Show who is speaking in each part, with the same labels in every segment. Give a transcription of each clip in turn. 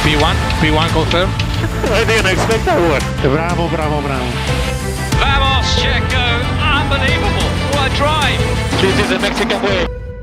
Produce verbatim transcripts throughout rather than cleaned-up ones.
Speaker 1: P one, P one confirm.
Speaker 2: I didn't expect that one. Bravo, bravo, bravo.
Speaker 1: Vamos, Checo. Unbelievable. What a drive.
Speaker 2: This is the Mexican way.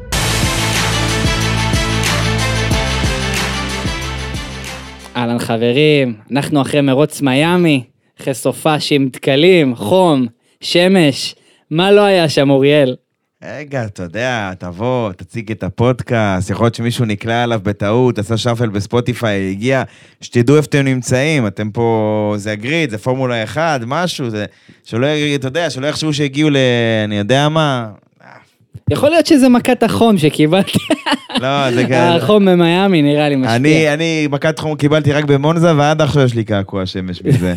Speaker 3: אהלן חברים, אנחנו אחרי מרוץ מיאמי, אחרי סופש עם דקלים, חום, שמש, מה לא היה שם אוריאל?
Speaker 4: רגע, אתה יודע, תבוא, תציג את הפודקאסט, יכול להיות שמישהו נקלע עליו בטעות, עשה שפל בספוטיפיי, הגיע, שתדעו איפה אתם נמצאים, אתם פה, זה אגריד, זה פורמולה אחד, משהו, זה, שלא, אתה יודע, שלא יחשבו שהגיעו ל... אני יודע מה...
Speaker 3: יכול להיות שזה מכת החום שקיבלתי.
Speaker 4: לא, זה כאלה.
Speaker 3: החום במיאמי נראה לי משפיע.
Speaker 4: אני, אני, מכת חום קיבלתי רק במונזה, ועד עכשיו יש לי קעקוע שמש בזה.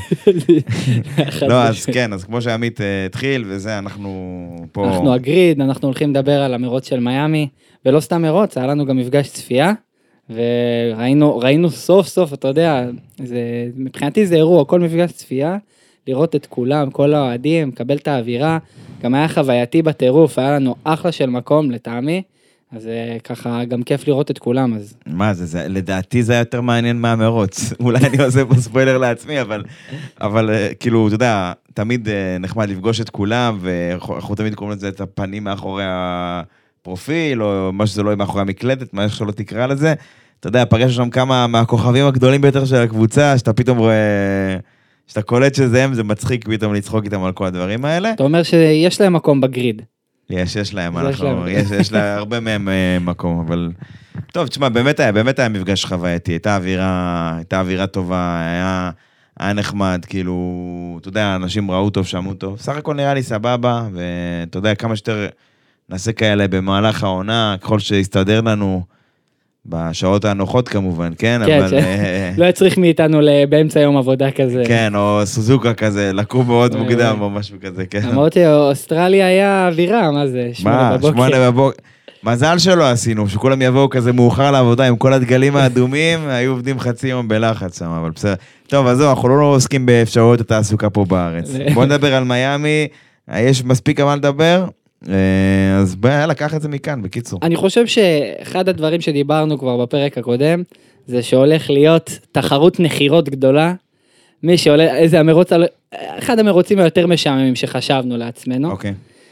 Speaker 4: לא, אז כן, אז כמו שעמית התחיל, וזה, אנחנו פה...
Speaker 3: אנחנו אגריד, אנחנו הולכים לדבר על המרוץ של מיאמי, ולא סתם מרוץ, היה לנו גם מפגש צפייה, וראינו, ראינו סוף סוף, אתה יודע, זה, מבחינתי זה אירוע, כל מפגש צפייה, לראות את כולם, כל האוהדים, לקבל את האווירה, גם היה חווייתי בטירוף, היה לנו אחלה של מקום לטעמי, אז ככה גם כיף לראות את כולם, אז... מה
Speaker 4: זה, זה, לדעתי זה היה יותר מעניין מהמרוץ, אולי אני עושה פה ספוילר לעצמי, אבל, אבל כאילו, אתה יודע, תמיד נחמד לפגוש את כולם, ואנחנו תמיד קוראים לזה את הפנים מאחורי הפרופיל, או מה שזה לא יהיה מאחורי המקלדת, מה שלא תקרא לזה, אתה יודע, פגש שם כמה מהכוכבים הגדולים ביותר של הקבוצה, שאתה פתאום רואה... שאתה קולט שזה הם, זה מצחיק פתאום לצחוק איתם על כל הדברים האלה.
Speaker 3: אתה אומר שיש להם מקום בגריד.
Speaker 4: יש, יש להם, אנחנו, יש, יש לה הרבה מהם מקום, אבל... טוב, תשמע, באמת היה, באמת היה מפגש חווייתי, הייתה אווירה, הייתה אווירה טובה, היה, היה נחמד, כאילו, אתה יודע, אנשים ראו טוב, שמעו טוב, סך הכל נראה לי סבבה, ואתה יודע, כמה שיותר נעשה כאלה במהלך העונה, ככל שיסתדר לנו, בשעות הנוחות כמובן, כן?
Speaker 3: כן,
Speaker 4: אבל...
Speaker 3: לא יצריך מאיתנו באמצע יום עבודה כזה.
Speaker 4: כן, או סוזוקה כזה, לקום מאוד מוקדם או משהו כזה, כן.
Speaker 3: אמרתי, אוסטרליה היה אווירה, מה זה? שמונה בבוקר.
Speaker 4: שמונה בבוקר. מזל שלא עשינו, שכולם יבואו כזה מאוחר לעבודה, עם כל הדגלים האדומים, היו עובדים חצי יום בלחץ שם, אבל בסדר. טוב, אז זהו, אנחנו לא עוסקים באפשרויות התעסוקה פה בארץ. בואו נדבר על מיאמי, יש מספיק מה לדבר. אז בואי, לקח את זה מכאן, בקיצור.
Speaker 3: אני חושב שאחד הדברים שדיברנו כבר בפרק הקודם, זה שהולך להיות תחרות נחירות גדולה, מי שעולה, איזה המרוץ, אחד המרוצים היותר משעממים שחשבנו לעצמנו.
Speaker 4: אוקיי.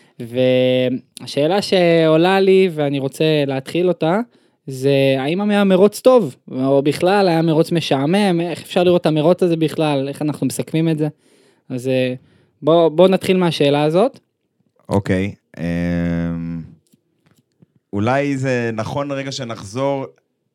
Speaker 3: והשאלה שעולה לי, ואני רוצה להתחיל אותה, זה האם היה מרוץ טוב, או בכלל היה מרוץ משעמם, איך אפשר לראות את המרוץ הזה בכלל, איך אנחנו מסכמים את זה. אז בוא, בוא נתחיל מהשאלה הזאת.
Speaker 4: אוקיי. אולי זה נכון רגע שנחזור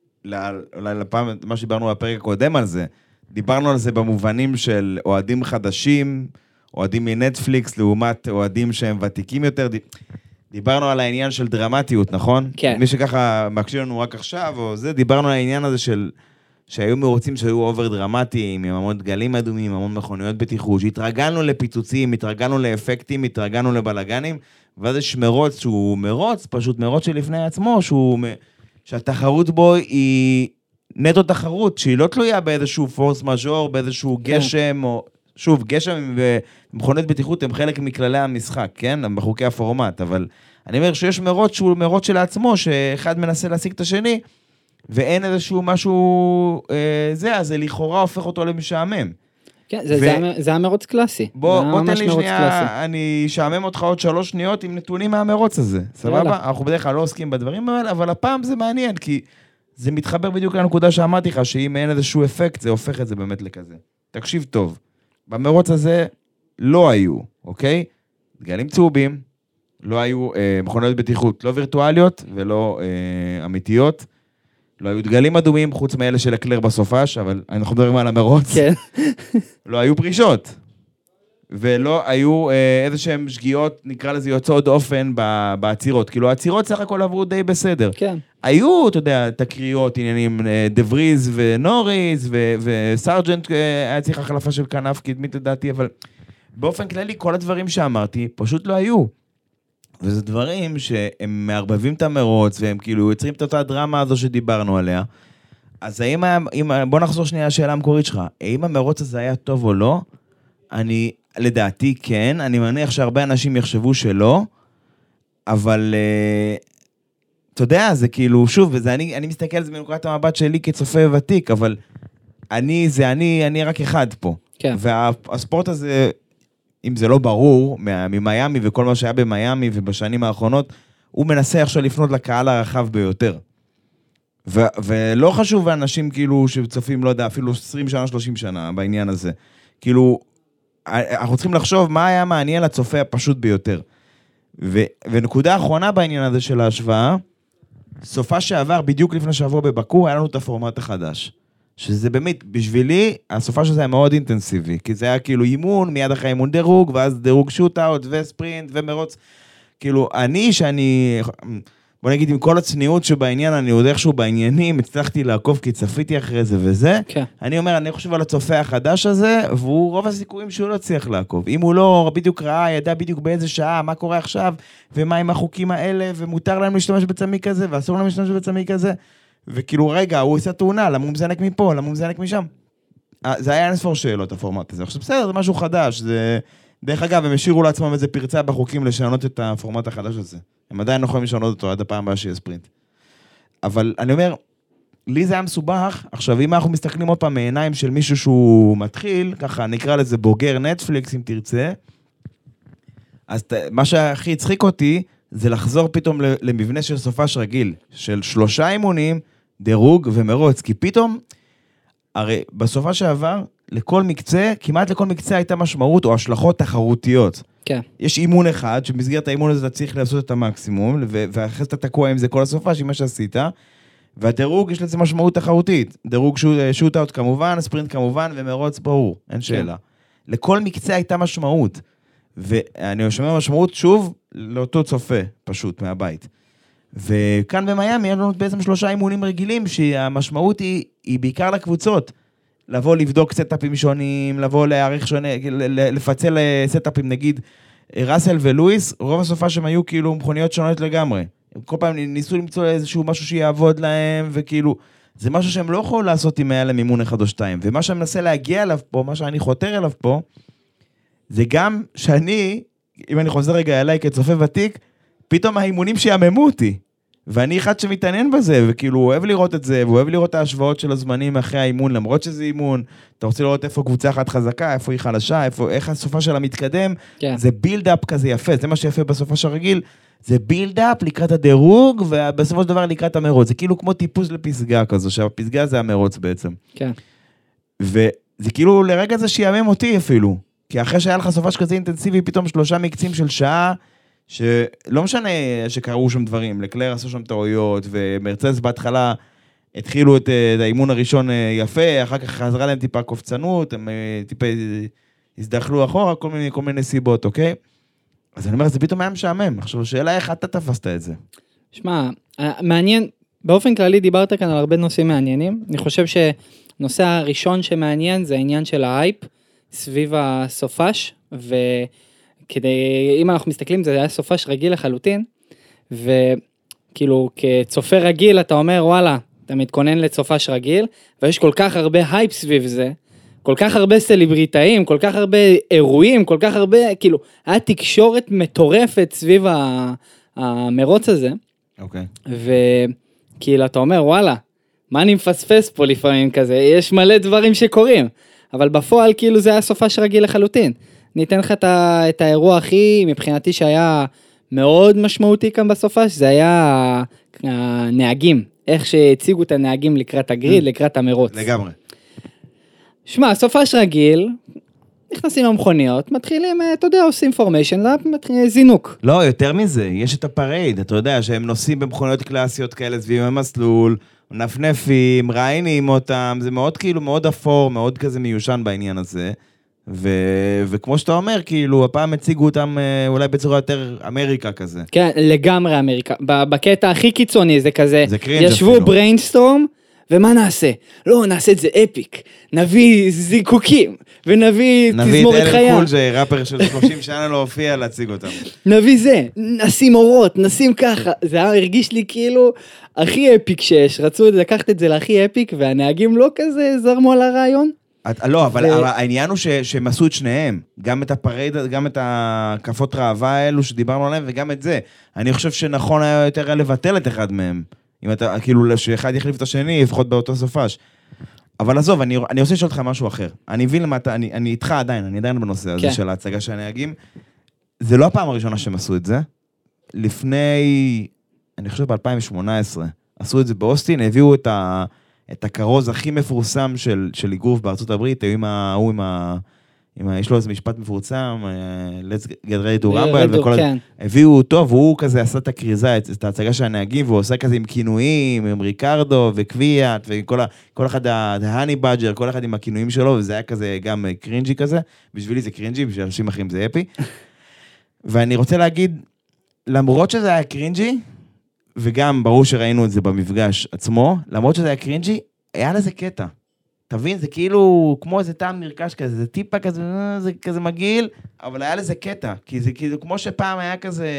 Speaker 4: אולי לפעם, מה שדיברנו בפרק הקודם על זה, דיברנו על זה במובנים של אוהדים חדשים, אוהדים מנטפליקס, לעומת אוהדים שהם ותיקים יותר, דיברנו על העניין של דרמטיות, נכון?
Speaker 3: כן.
Speaker 4: מי שככה מקשיב לנו רק עכשיו, או זה, דיברנו על העניין הזה של, שהיו מרוצים שהיו אובר דרמטיים, עם המון דגלים אדומים, המון מכוניות בטיחות, שהתרגלנו לפיצוצים, התרגלנו לאפקטים, התרגלנו לבלגנים, ואז יש מרוץ שהוא מרוץ, פשוט מרוץ שלפני עצמו, שהוא, שהתחרות בו היא נטו תחרות, שהיא לא תלויה באיזשהו פורס מז'ור, באיזשהו גשם, או, שוב, גשם ומכוניות בטיחות הם חלק מכללי המשחק, כן? בחוקי הפורמט, אבל אני אומר שיש מרוץ שהוא מרוץ של עצמו, שאחד מנסה להשיג את השני, ואין איזשהו משהו, אה, זה, אז זה לכאורה הופך אותו למשעמם.
Speaker 3: כן, זה, ו... זה, זה המרוץ קלאסי.
Speaker 4: בוא, בוא תן לי שנייה, קלאסי. אני אשעמם אותך עוד שלוש שניות עם נתונים מהמרוץ הזה, סבבה? אנחנו בדרך כלל לא עוסקים בדברים האלה, אבל הפעם זה מעניין, כי זה מתחבר בדיוק לנקודה שאמרתי לך, שאם אין איזשהו אפקט, זה הופך את זה באמת לכזה. תקשיב טוב, במרוץ הזה לא היו, אוקיי? דגלים צהובים, לא היו אה, מכוניות בטיחות, לא וירטואליות ולא אה, אמיתיות, לא היו דגלים אדומים, חוץ מאלה של הקלר בסופש, אבל אנחנו מדברים על המרוץ.
Speaker 3: כן.
Speaker 4: לא היו פרישות. ולא היו אה, איזה שהן שגיאות, נקרא לזה יוצאות אופן בעצירות. כאילו, העצירות סך הכל עברו די בסדר.
Speaker 3: כן.
Speaker 4: היו, אתה יודע, תקריות, עניינים, דבריז ונוריס, וסארג'נט היה צריך החלפה של כנף קדמית לדעתי, אבל באופן כללי, כל הדברים שאמרתי, פשוט לא היו. וזה דברים שהם מערבבים את המרוץ, והם כאילו יוצרים את אותה דרמה הזו שדיברנו עליה. אז האם, אם, בוא נחזור שנייה לשאלה המקורית שלך, האם המרוץ הזה היה טוב או לא? אני, לדעתי כן, אני מניח שהרבה אנשים יחשבו שלא, אבל, אתה יודע, זה כאילו, שוב, וזה, אני, אני מסתכל על זה מנקודת המבט שלי כצופה ותיק, אבל אני, זה אני, אני רק אחד פה.
Speaker 3: כן.
Speaker 4: והספורט הזה, אם זה לא ברור, ממיימי וכל מה שהיה במיימי ובשנים האחרונות, הוא מנסה עכשיו לפנות לקהל הרחב ביותר. ו- ולא חשוב האנשים כאילו שצופים, לא יודע, אפילו עשרים שנה, שלושים שנה בעניין הזה. כאילו, אנחנו צריכים לחשוב מה היה מעניין לצופה הפשוט ביותר. ו- ונקודה האחרונה בעניין הזה של ההשוואה, סופה שעבר בדיוק לפני שבוע בבקו, היה לנו את הפורמט החדש. שזה באמת, בשבילי, הסופה שזה היה מאוד אינטנסיבי, כי זה היה כאילו אימון, מיד אחרי אימון דירוג, ואז דירוג שוט-אוט וספרינט ומרוץ. כאילו, אני שאני, בוא נגיד, עם כל הצניעות שבעניין, אני עוד איכשהו בעניינים, הצלחתי לעקוב כי צפיתי אחרי זה וזה. כן. אני אומר, אני חושב על הצופה החדש הזה, והוא רוב הסיכויים שהוא לא צריך לעקוב. אם הוא לא בדיוק ראה, ידע בדיוק באיזה שעה, מה קורה עכשיו, ומה עם החוקים האלה, ומותר להם להשתמש בצמיק כזה, ואסור להם להשתמש בצמיק כזה. וכאילו, רגע, הוא עושה תאונה, למה הוא מזנק מפה, למה הוא מזנק משם? זה היה נספור שאלות, הפורמט הזה. עכשיו, בסדר, זה משהו חדש, זה... דרך אגב, הם השאירו לעצמם איזה פרצה בחוקים לשנות את הפורמט החדש הזה. הם עדיין לא יכולים לשנות אותו עד הפעם הבאה שיהיה ספרינט. אבל אני אומר, לי זה היה מסובך, עכשיו אם אנחנו מסתכלים עוד פעם מעיניים של מישהו שהוא מתחיל, ככה נקרא לזה בוגר נטפליקס אם תרצה, אז מה שהכי הצחיק אותי, זה לחזור פתאום למבנה של סופש רגיל, של שלושה אימונים, דירוג ומרוץ, כי פתאום, הרי בסופה שעבר, לכל מקצה, כמעט לכל מקצה הייתה משמעות או השלכות תחרותיות. כן. יש אימון אחד, שבמסגרת האימון הזה אתה צריך לעשות את המקסימום, ואחרי אתה תקוע עם זה כל הסופה, שמה שעשית, והדירוג יש לזה משמעות תחרותית. דירוג שוט-אוט כמובן, ספרינט כמובן, ומרוץ ברור, אין שאלה. כן. לכל מקצה הייתה משמעות. ואני שומע משמעות שוב לאותו צופה, פשוט, מהבית. וכאן במיימי, יש לנו בעצם שלושה אימונים רגילים, שהמשמעות היא, היא בעיקר לקבוצות. לבוא לבדוק סטאפים שונים, לבוא להעריך שונה, לפצל סטאפים, נגיד, ראסל ולואיס, רוב הסופה שהם היו כאילו מכוניות שונות לגמרי. כל פעם ניסו למצוא איזשהו משהו שיעבוד להם, וכאילו, זה משהו שהם לא יכולו לעשות אם היה להם אימון אחד או שתיים. ומה שאני מנסה להגיע אליו פה, מה שאני חותר אליו פה, זה גם שאני, אם אני חוזר רגע אליי כצופה ותיק, פתאום האימונים שיאממו אותי. ואני אחד שמתעניין בזה, וכאילו הוא אוהב לראות את זה, והוא אוהב לראות את ההשוואות של הזמנים אחרי האימון, למרות שזה אימון, אתה רוצה לראות איפה קבוצה אחת חזקה, איפה היא חלשה, איפה, איך הסופה שלה מתקדם, כן. זה בילד-אפ כזה יפה, זה מה שיפה בסופה של רגיל, זה בילד-אפ לקראת הדירוג, ובסופו של דבר לקראת המרוץ, זה כאילו כמו טיפוס לפסגה כזו, שהפסגה זה המרוץ בעצם. כן. וזה כאילו לרגע זה שיאמם אותי אפילו, כי אחרי שהיה לך סופה שכזה אינטנסיבי, פתאום שלושה מקצים של שעה, שלא משנה שקראו שם דברים, לקלר עשו שם טעויות, ומרצס בהתחלה התחילו את האימון הראשון יפה, אחר כך חזרה להם טיפה קופצנות, הם טיפה הזדחלו אחורה, כל מיני, כל מיני סיבות, אוקיי? אז אני אומר, זה פתאום היה משעמם. עכשיו, השאלה איך אתה תפסת את זה?
Speaker 3: שמע, מעניין, באופן כללי דיברת כאן על הרבה נושאים מעניינים, אני חושב שנושא הראשון שמעניין זה העניין של ההייפ, סביב הסופש, ו... כדי, אם אנחנו מסתכלים, זה היה סופש רגיל לחלוטין, וכאילו, כצופה רגיל, אתה אומר, וואלה, אתה מתכונן לצופש רגיל, ויש כל כך הרבה הייפ סביב זה, כל כך הרבה סלבריטאים, כל כך הרבה אירועים, כל כך הרבה, כאילו, היה תקשורת מטורפת סביב המרוץ הזה,
Speaker 4: אוקיי.
Speaker 3: וכאילו, אתה אומר, וואלה, מה אני מפספס פה לפעמים כזה? יש מלא דברים שקורים, אבל בפועל, כאילו, זה היה סופש רגיל לחלוטין. ניתן לך את האירוע הכי, מבחינתי שהיה מאוד משמעותי כאן בסופה, שזה היה הנהגים, איך שהציגו את הנהגים לקראת הגריד, לקראת המרוץ.
Speaker 4: לגמרי.
Speaker 3: שמע, סופש רגיל, נכנסים למכוניות, מתחילים, אתה יודע, עושים פורמיישן, מתחילים זינוק.
Speaker 4: לא, יותר מזה, יש את הפרייד, אתה יודע, שהם נוסעים במכוניות קלאסיות כאלה, סביב המסלול, נפנפים, ראיינים אותם, זה מאוד כאילו, מאוד אפור, מאוד כזה מיושן בעניין הזה. ו... וכמו שאתה אומר, כאילו, הפעם הציגו אותם אולי בצורה יותר אמריקה כזה.
Speaker 3: כן, לגמרי אמריקה. בקטע הכי קיצוני זה כזה,
Speaker 4: זה
Speaker 3: ישבו בריינסטורם, ומה נעשה? לא, נעשה את זה אפיק. נביא זיקוקים, ונביא תזמורת חיה.
Speaker 4: נביא את אלן קול, ראפר של שלושים שנה לא הופיע להציג אותם.
Speaker 3: נביא זה, נשים אורות, נשים ככה. זה הרגיש לי כאילו הכי אפיק שיש. רצו לקחת את זה להכי אפיק, והנהגים לא כזה זרמו על הרעיון.
Speaker 4: לא, אבל העניין הוא שהם עשו את שניהם, גם את הפרייד, גם את הקפות ראווה האלו שדיברנו עליהם, וגם את זה. אני חושב שנכון היה יותר לבטל את אחד מהם, אם אתה, כאילו, שאחד יחליף את השני, לפחות באותו סופש. אבל עזוב, אני, אני רוצה לשאול אותך משהו אחר. אני מבין למה אתה, אני, אני איתך עדיין, אני עדיין בנושא הזה
Speaker 3: כן.
Speaker 4: של ההצגה של הנהגים. זה לא הפעם הראשונה שהם עשו את זה. לפני, אני חושב ב-אלפיים שמונה עשרה, עשו את זה באוסטין, הביאו את, ה, את הכרוז הכי מפורסם של, של איגרוף בארצות הברית, היו עם ה... הוא עם ה עם ה יש לו איזה משפט מפורסם, let's get ready to rumble, וכל
Speaker 3: כן.
Speaker 4: הביאו אותו, והוא כזה עשה את הקריזה, את ההצגה של הנהגים, והוא עושה כזה עם כינויים, עם ריקרדו וקוויאט, וכל ה, כל אחד, ההני בדג'ר, כל אחד עם הכינויים שלו, וזה היה כזה גם קרינג'י כזה, בשבילי זה קרינג'י, בשביל אנשים אחרים זה אפי. ואני רוצה להגיד, למרות שזה היה קרינג'י, וגם ברור שראינו את זה במפגש עצמו, למרות שזה היה קרינג'י, היה לזה קטע. תבין, זה כאילו כמו איזה טעם נרכש כזה, זה טיפה כזה, זה כזה מגעיל, אבל היה לזה קטע, כי זה כאילו כמו שפעם היה כזה,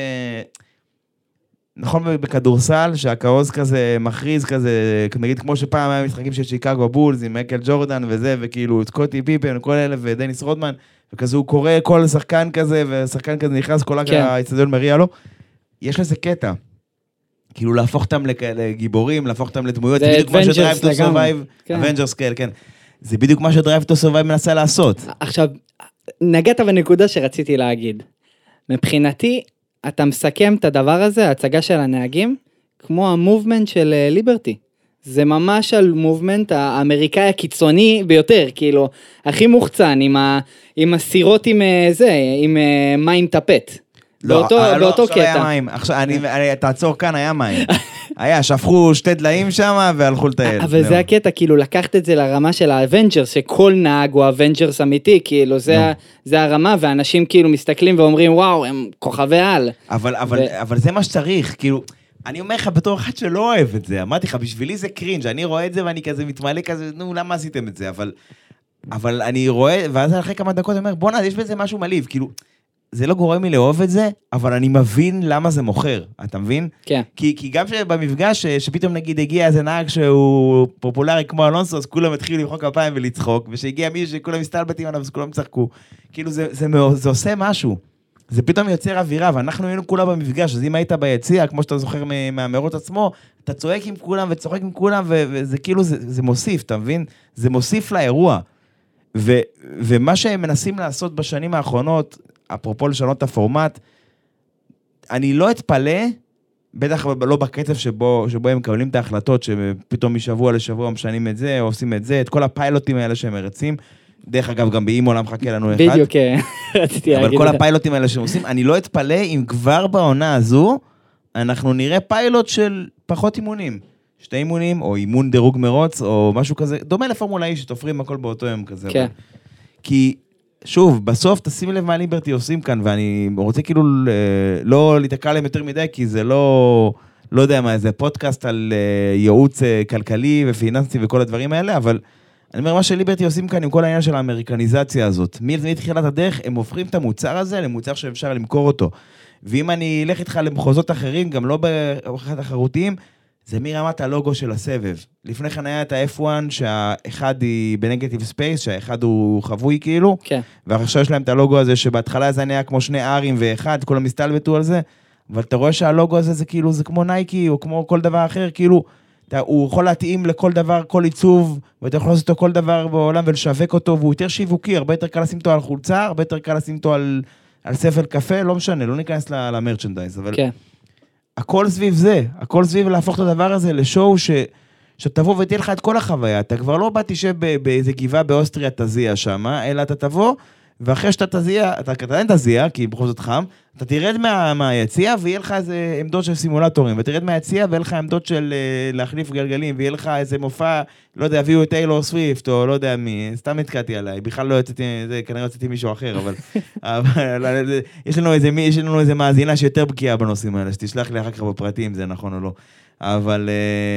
Speaker 4: נכון בכדורסל, שהכעוז כזה מכריז כזה, נגיד כמו שפעם היה משחקים של שיקגו בולס, עם מייקל ג'ורדן וזה, וכאילו סקוטי פיפן, כל אלה, ודניס רודמן, וכזה הוא קורא כל שחקן כזה, ושחקן כזה נכנס, כל האצטדיון מריע לו, יש לזה קטע. כאילו להפוך אותם לגיבורים, להפוך אותם לדמויות, זה בדיוק מה שדרייב טו סורווייב, אבנג'רס קייל, כן. זה בדיוק מה שדרייב טו סורווייב מנסה לעשות.
Speaker 3: עכשיו, נגעת בנקודה שרציתי להגיד. מבחינתי, אתה מסכם את הדבר הזה, ההצגה של הנהגים, כמו המובמנט של ליברטי. זה ממש על מובמנט האמריקאי הקיצוני ביותר, כאילו, הכי מוחצן, עם, ה, עם הסירות עם זה, עם מים טפט.
Speaker 4: לא,
Speaker 3: באותו,
Speaker 4: לא,
Speaker 3: באותו
Speaker 4: עכשיו
Speaker 3: קטע.
Speaker 4: היה מים, עכשיו, אני, אני, תעצור כאן, היה מים. היה, שפכו שתי דליים שם והלכו לטייל.
Speaker 3: אבל זה הקטע, כאילו, לקחת את זה לרמה של האבנג'רס, שכל נהג הוא אבנג'רס אמיתי, כאילו, זה, ה, זה הרמה, ואנשים כאילו מסתכלים ואומרים, וואו, הם כוכבי על.
Speaker 4: אבל, אבל, ו... אבל זה מה שצריך, כאילו, אני אומר לך בתור אחד שלא אוהב את זה, אמרתי לך, בשבילי זה קרינג', אני רואה את זה ואני כזה מתמלא כזה, נו, למה עשיתם את זה? אבל, אבל אני רואה, ואז אחרי כמה דקות אני אומר, בוא נע, יש בזה משהו מליב, כאילו, זה לא גורם לי לאהוב את זה, אבל אני מבין למה זה מוכר, אתה מבין?
Speaker 3: כן.
Speaker 4: כי, כי גם במפגש, שפתאום נגיד הגיע איזה נהג שהוא פופולרי כמו אלונסו, אז כולם התחילו למחוא כפיים ולצחוק, ושהגיע מישהו שכולם מסתלבטים עליו, אז כולם צחקו. כאילו זה, זה, זה עושה משהו. זה פתאום יוצר אווירה, ואנחנו היינו כולה במפגש, אז אם היית ביציע, כמו שאתה זוכר מהמרות עצמו, אתה צועק עם כולם וצוחק עם כולם, וזה כאילו, זה, זה מוסיף, אתה מבין? זה מוסיף לאירוע. ו, ומה שהם מנסים לעשות בשנים האחרונות, אפרופו לשנות את הפורמט, אני לא אתפלא, בטח לא בקצב שבו, שבו הם מקבלים את ההחלטות, שפתאום משבוע לשבוע משנים את זה, או עושים את זה, את כל הפיילוטים האלה שהם מרצים, דרך אגב, גם באימולה מחכה לנו אחד.
Speaker 3: בדיוק, רציתי להגיד.
Speaker 4: אבל כל הפיילוטים האלה שהם עושים, אני לא אתפלא אם כבר בעונה הזו, אנחנו נראה פיילוט של פחות אימונים. שתי אימונים, או אימון דירוג מרוץ, או משהו כזה, דומה לפורמולאי שתופרים הכל באותו יום כזה.
Speaker 3: כן.
Speaker 4: כי, שוב, בסוף תשימי לב מה ליברטי עושים כאן, ואני רוצה כאילו לא להתעקע להם יותר מדי, כי זה לא, לא יודע מה, זה פודקאסט על ייעוץ כלכלי ופיננסי וכל הדברים האלה, אבל אני אומר, מה שליברטי עושים כאן עם כל העניין של האמריקניזציה הזאת, מתחילת הדרך, הם הופכים את המוצר הזה למוצר שאפשר למכור אותו. ואם אני אלך איתך למחוזות אחרים, גם לא באחד תחרותיים, זה מרמת הלוגו של הסבב. לפני כן היה את ה-אף אחת, שהאחד היא בנגטיב ספייס, שהאחד הוא חבוי כאילו,
Speaker 3: כן.
Speaker 4: ועכשיו יש להם את הלוגו הזה, שבהתחלה זה נהיה כמו שני ארים ואחד, כולם מסתלבטו על זה, אבל אתה רואה שהלוגו הזה זה כאילו, זה כמו נייקי, או כמו כל דבר אחר, כאילו, אתה, הוא יכול להתאים לכל דבר, כל עיצוב, ואתה יכול לעשות אותו כל דבר בעולם ולשווק אותו, והוא יותר שיווקי, הרבה יותר קל לשים אותו על חולצה, הרבה יותר קל לשים אותו על, על ספל קפה, לא משנה, לא ניכנס למרצ'נדייז, אבל
Speaker 3: כן.
Speaker 4: הכל סביב זה, הכל סביב להפוך את הדבר הזה לשואו ש, שתבוא ותהיה לך את כל החוויה, אתה כבר לא בא תשב באיזה גבעה באוסטריה תזיע שם, אלא אתה תבוא, ואחרי שאתה תזיע, אתה עדיין תזיע, כי בכל זאת חם, אתה תרד מה, מהיציע, ויהיה לך איזה עמדות של סימולטורים, ותרד מהיציע, ויהיה לך עמדות של uh, להחליף גלגלים, ויהיה לך איזה מופע, לא יודע, הביאו את טיילור סוויפט, או לא יודע מי, סתם התקעתי עליי, בכלל לא יצאתי, זה, כנראה יצאתי מישהו אחר, אבל, אבל יש לנו איזה, יש לנו איזה מאזינה שיותר בקיאה בנושאים האלה, שתשלח לי אחר כך בפרטים, זה נכון או לא, אבל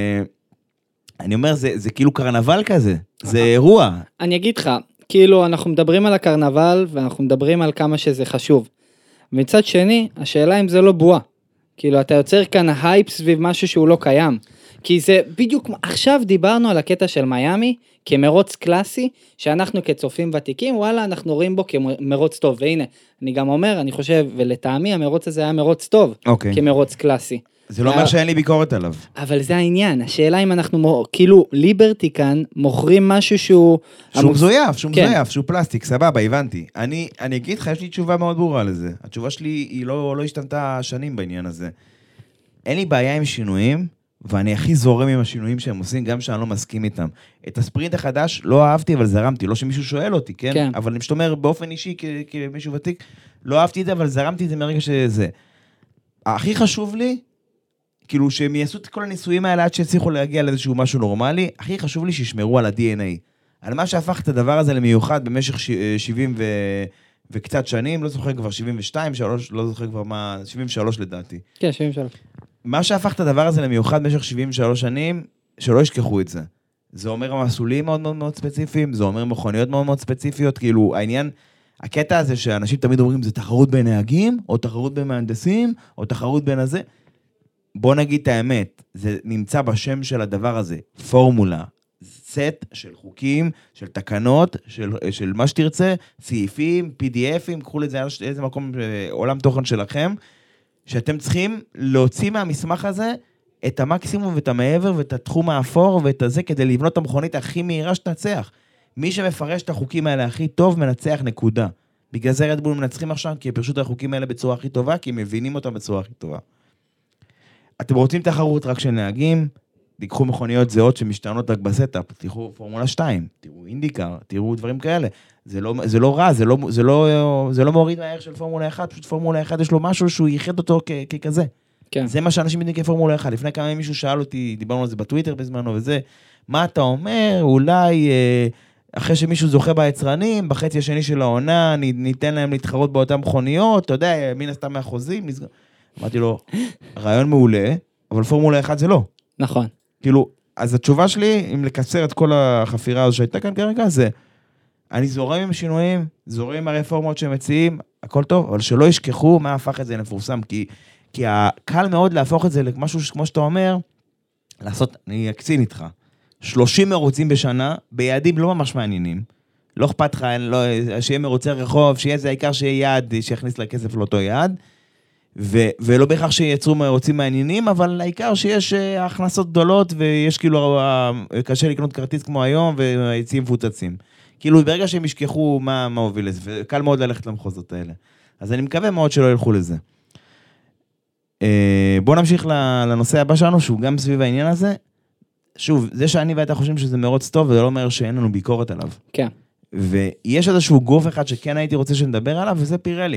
Speaker 4: uh, אני אומר, זה, זה כאילו קרנבל כזה, זה אירוע.
Speaker 3: אני אגיד לך, כאילו אנחנו מדברים על הקרנבל, ואנחנו מדברים על כמה שזה חשוב. מצד שני, השאלה אם זה לא בועה. כאילו, אתה יוצר כאן הייפ סביב משהו שהוא לא קיים. כי זה בדיוק, עכשיו דיברנו על הקטע של מיימי, כמרוץ קלאסי, שאנחנו כצופים ותיקים, וואלה, אנחנו רואים בו כמרוץ טוב. והנה, אני גם אומר, אני חושב, ולטעמי, המרוץ הזה היה מרוץ טוב,
Speaker 4: okay.
Speaker 3: כמרוץ קלאסי.
Speaker 4: זה לא אומר שאין לי ביקורת עליו.
Speaker 3: אבל זה העניין, השאלה אם אנחנו, כאילו, ליברטי כאן, מוכרים משהו שהוא...
Speaker 4: שהוא מזויף, שהוא מזויף, שהוא פלסטיק, סבבה, הבנתי. אני, אני אגיד לך, יש לי תשובה מאוד ברורה לזה. התשובה שלי היא לא, לא השתנתה שנים בעניין הזה. אין לי בעיה עם שינויים, ואני הכי זורם עם השינויים שהם עושים, גם שאני לא מסכים איתם. את הספרינט החדש לא אהבתי, אבל זרמתי. לא שמישהו שואל אותי, כן? כן. אבל אני פשוט אומר, באופן אישי, כ- כמישהו ותיק, לא אהבתי את זה, אבל זרמתי את זה מרגע שזה. הכי חשוב לי, כאילו שהם יעשו את כל הניסויים האלה עד שהצליחו להגיע לאיזשהו משהו נורמלי, הכי חשוב לי שישמרו על ה-די אן איי. על מה שהפך את הדבר הזה למיוחד במשך שבעים ו... וקצת שנים, לא זוכר כבר שבעים ושתיים, שלוש, לא זוכר כבר מה, שבעים ושלוש לדעתי.
Speaker 3: כן, שבעים ושלוש.
Speaker 4: מה שהפך את הדבר הזה למיוחד במשך שבעים ושלוש שנים, שלא ישכחו את זה. זה אומר מסלולים מאוד מאוד מאוד ספציפיים, זה אומר מכוניות מאוד מאוד ספציפיות, כאילו העניין, הקטע הזה שאנשים תמיד אומרים, זה תחרות בין נהגים, או תחרות בין מהנדסים, או תחרות בין הזה. בוא נגיד את האמת, זה נמצא בשם של הדבר הזה, פורמולה, סט של חוקים, של תקנות, של, של מה שתרצה, סעיפים, פי די אפים, קחו לזה איזה מקום, עולם תוכן שלכם, שאתם צריכים להוציא מהמסמך הזה את המקסימום ואת המעבר ואת התחום האפור ואת הזה כדי לבנות את המכונית הכי מהירה שתנצח. מי שמפרש את החוקים האלה הכי טוב מנצח נקודה. בגלל זה רדבול מנצחים עכשיו, כי פשוט החוקים האלה בצורה הכי טובה, כי הם מבינים אותם בצורה הכי טובה. אתם רוצים תחרות רק של נהגים, תיקחו מכוניות זהות שמשתנות רק בסטאפ, תראו פורמולה שתיים, תראו אינדיקר, תראו דברים כאלה. זה לא, זה לא רע, זה לא, זה לא, זה לא מוריד מהערך של פורמולה אחת, פשוט פורמולה אחת יש לו משהו שהוא ייחד אותו כ- ככזה. כן. זה מה שאנשים יודעים כפורמולה אחת. לפני כמה מישהו שאל אותי, דיברנו על זה בטוויטר בזמנו וזה, מה אתה אומר? אולי אחרי שמישהו זוכה ביצרנים, בחצי השני של העונה, ניתן להם להתחרות באותן מכוניות, אתה יודע, מן הסתם מהחוזים, נסגר. אמרתי לו, רעיון מעולה, אבל פורמולה אחת זה לא.
Speaker 3: נכון.
Speaker 4: כאילו, אז התשובה שלי, אם לקצר את כל החפירה הזו שהייתה כאן כרגע, זה, אני זורם עם שינויים, זורם עם הרפורמות שמציעים, הכל טוב, אבל שלא ישכחו מה הפך את זה למפורסם, כי, כי הקל מאוד להפוך את זה למשהו כמו שאתה אומר, לעשות, אני אקצין איתך, שלושים מרוצים בשנה, ביעדים לא ממש מעניינים, לא אכפת לך, לא, שיהיה מרוצי רחוב, שיהיה זה העיקר שיהיה יעד, שיכניס לה כסף לאותו יעד, ו- ולא בהכרח שיצרו מרוצים מעניינים, אבל העיקר שיש הכנסות גדולות, ויש כאילו, קשה לקנות כרטיס כמו היום, ויציאים מפוצצים. כאילו, ברגע שהם ישכחו מה, מה הוביל לזה, וקל מאוד ללכת למחוזות האלה. אז אני מקווה מאוד שלא ילכו לזה. בואו נמשיך לנושא הבא שלנו, שהוא גם סביב העניין הזה. שוב, זה שאני ואתה חושבים שזה מרוץ טוב, וזה לא אומר שאין לנו ביקורת עליו.
Speaker 3: כן.
Speaker 4: ויש איזשהו גוף אחד שכן הייתי רוצה שנדבר עליו, וזה פירלי.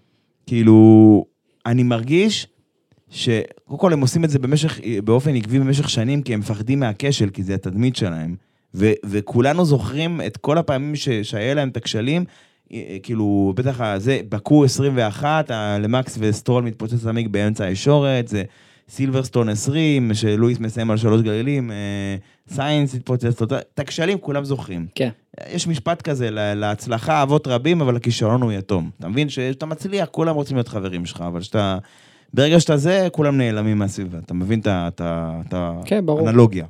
Speaker 4: כאילו, אני מרגיש שקודם כל הם עושים את זה במשך, באופן עקבי במשך שנים, כי הם מפחדים מהכשל, כי זה התדמית שלהם. ו- וכולנו זוכרים את כל הפעמים ש- שהיה להם את הכשלים, כאילו, בטח זה, בקו עשרים ואחת, למקס וסטרול מתפוצץ למיג באמצע הישורת, זה סילברסטון עשרים, שלואיס מסיים על שלוש גלילים, סיינס התפוצץ, את הכשלים כולם זוכרים.
Speaker 3: כן.
Speaker 4: יש משפט כזה, להצלחה אבות רבים, אבל הכישרון הוא יתום. אתה מבין שאתה מצליח, כולם רוצים להיות חברים שלך, אבל שאתה, ברגע שאתה זה, כולם נעלמים מהסביבה. אתה מבין את האנלוגיה.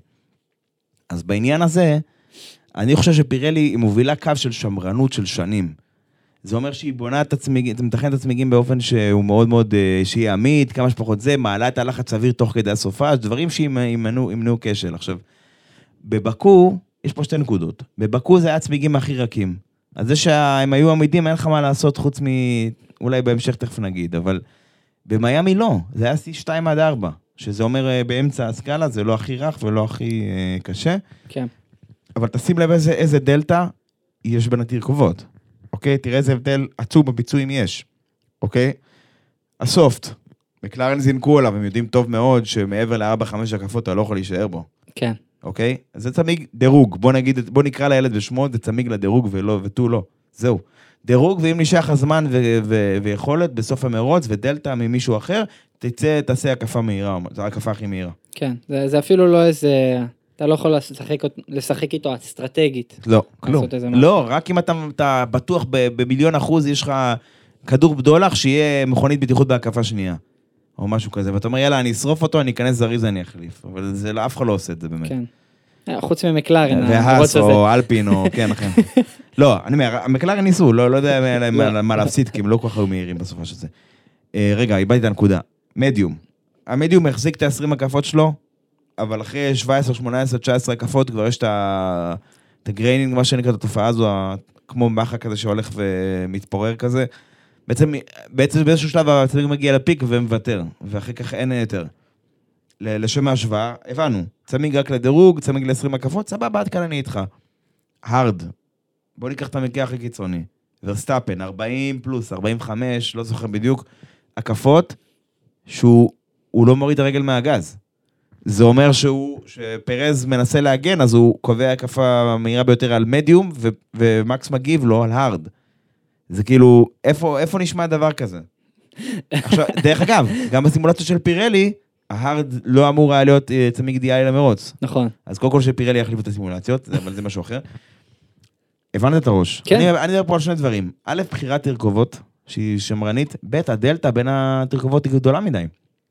Speaker 4: אז בעניין הזה, אני חושב שפירלי היא מובילה קו של שמרנות של שנים. זה אומר שהיא בונה את הצמיגים, אתה מתכן את הצמיגים באופן שהוא מאוד מאוד, שיהיה עמית, כמה שפחות זה, מעלה את הלחץ אוויר תוך כדי הסופה, דברים שימנעו כשל. עכשיו, בבקו, יש פה שתי נקודות. בבקו זה היה הצמיגים הכי רכים. אז זה שהם היו עמידים, אין לך מה לעשות חוץ מ... אולי בהמשך תכף נגיד, אבל במיימי לא. זה היה סי שתיים עד ארבע, שזה אומר באמצע הסקאלה, זה לא הכי רך ולא הכי אה, קשה.
Speaker 3: כן. אבל
Speaker 4: תשים לב איזה, איזה דלטה יש בין התרכובות. אוקיי? תראה איזה הבדל עצום בביצועים יש. אוקיי? הסופט. מקלרן זינקו עליו, הם יודעים טוב מאוד שמעבר ל-ארבע חמש הקפות אתה לא יכול להישאר בו.
Speaker 3: כן.
Speaker 4: אוקיי? אז זה צמיג דירוג. בוא נגיד, בוא נקרא לילד בשמו, זה צמיג לדירוג ולא, ותו לא. זהו. דירוג, ואם נשאר הזמן ו- ו- ויכולת בסוף המרוץ, ודלטה ממישהו אחר, תצא, תעשה הקפה מהירה, זו הקפה הכי מהירה.
Speaker 3: כן, זה, זה אפילו לא איזה, אתה לא יכול לשחק, לשחק איתו אסטרטגית.
Speaker 4: לא, כלום. לא, רק אם אתה, אתה בטוח במיליון אחוז, יש לך כדור בדולח, שיהיה מכונית בטיחות בהקפה שנייה. או משהו כזה, ואתה אומר, יאללה, אני אשרוף אותו, אני אכנס זריז, אני אחליף. אבל זה לא, אף אחד לא עושה את זה באמת.
Speaker 3: כן. חוץ ממקלרן.
Speaker 4: והאס או אלפין או, כן, כן. לא, אני אומר, המקלרן ניסו, לא יודע מה להפסיד, כי הם לא כל כך היו מהירים בסופה של זה. רגע, איבדתי את הנקודה. מדיום. המדיום החזיק את ה-עשרים הקפות שלו, אבל אחרי שבע עשרה, שמונה עשרה, תשע עשרה הקפות, כבר יש את הגריינינג, מה שנקרא, את התופעה הזו, כמו מאחה כזה שהולך ומתפורר כזה. בעצם, בעצם באיזשהו שלב הצמיג מגיע לפיק ומוותר, ואחרי כך אין יותר. לשם ההשוואה, הבנו, צמיג רק לדירוג, צמיג ל-עשרים הקפות, סבבה, עד כאן אני איתך. הרד, בוא ניקח את המקרה הכי קיצוני. ורסטאפן, ארבעים פלוס, ארבעים וחמש, לא זוכר בדיוק, הקפות, שהוא לא מוריד הרגל מהגז. זה אומר שהוא, שפרז מנסה להגן, אז הוא קובע הקפה מהירה ביותר על מדיום, ו- ומקס מגיב לו על הרד. זה כאילו, איפה, איפה נשמע דבר כזה? עכשיו, דרך אגב, גם בסימולציה של פירלי, ההרד לא אמור היה להיות צמיג אידיאלי למרוץ.
Speaker 3: נכון.
Speaker 4: אז קודם כל שפירלי יחליף את הסימולציות, אבל זה משהו אחר. הבנת את הראש.
Speaker 3: כן.
Speaker 4: אני, אני מדבר פה על שני דברים. א', בחירת תרכובות, שהיא שמרנית, ב', הדלטה בין התרכובות היא גדולה מדי.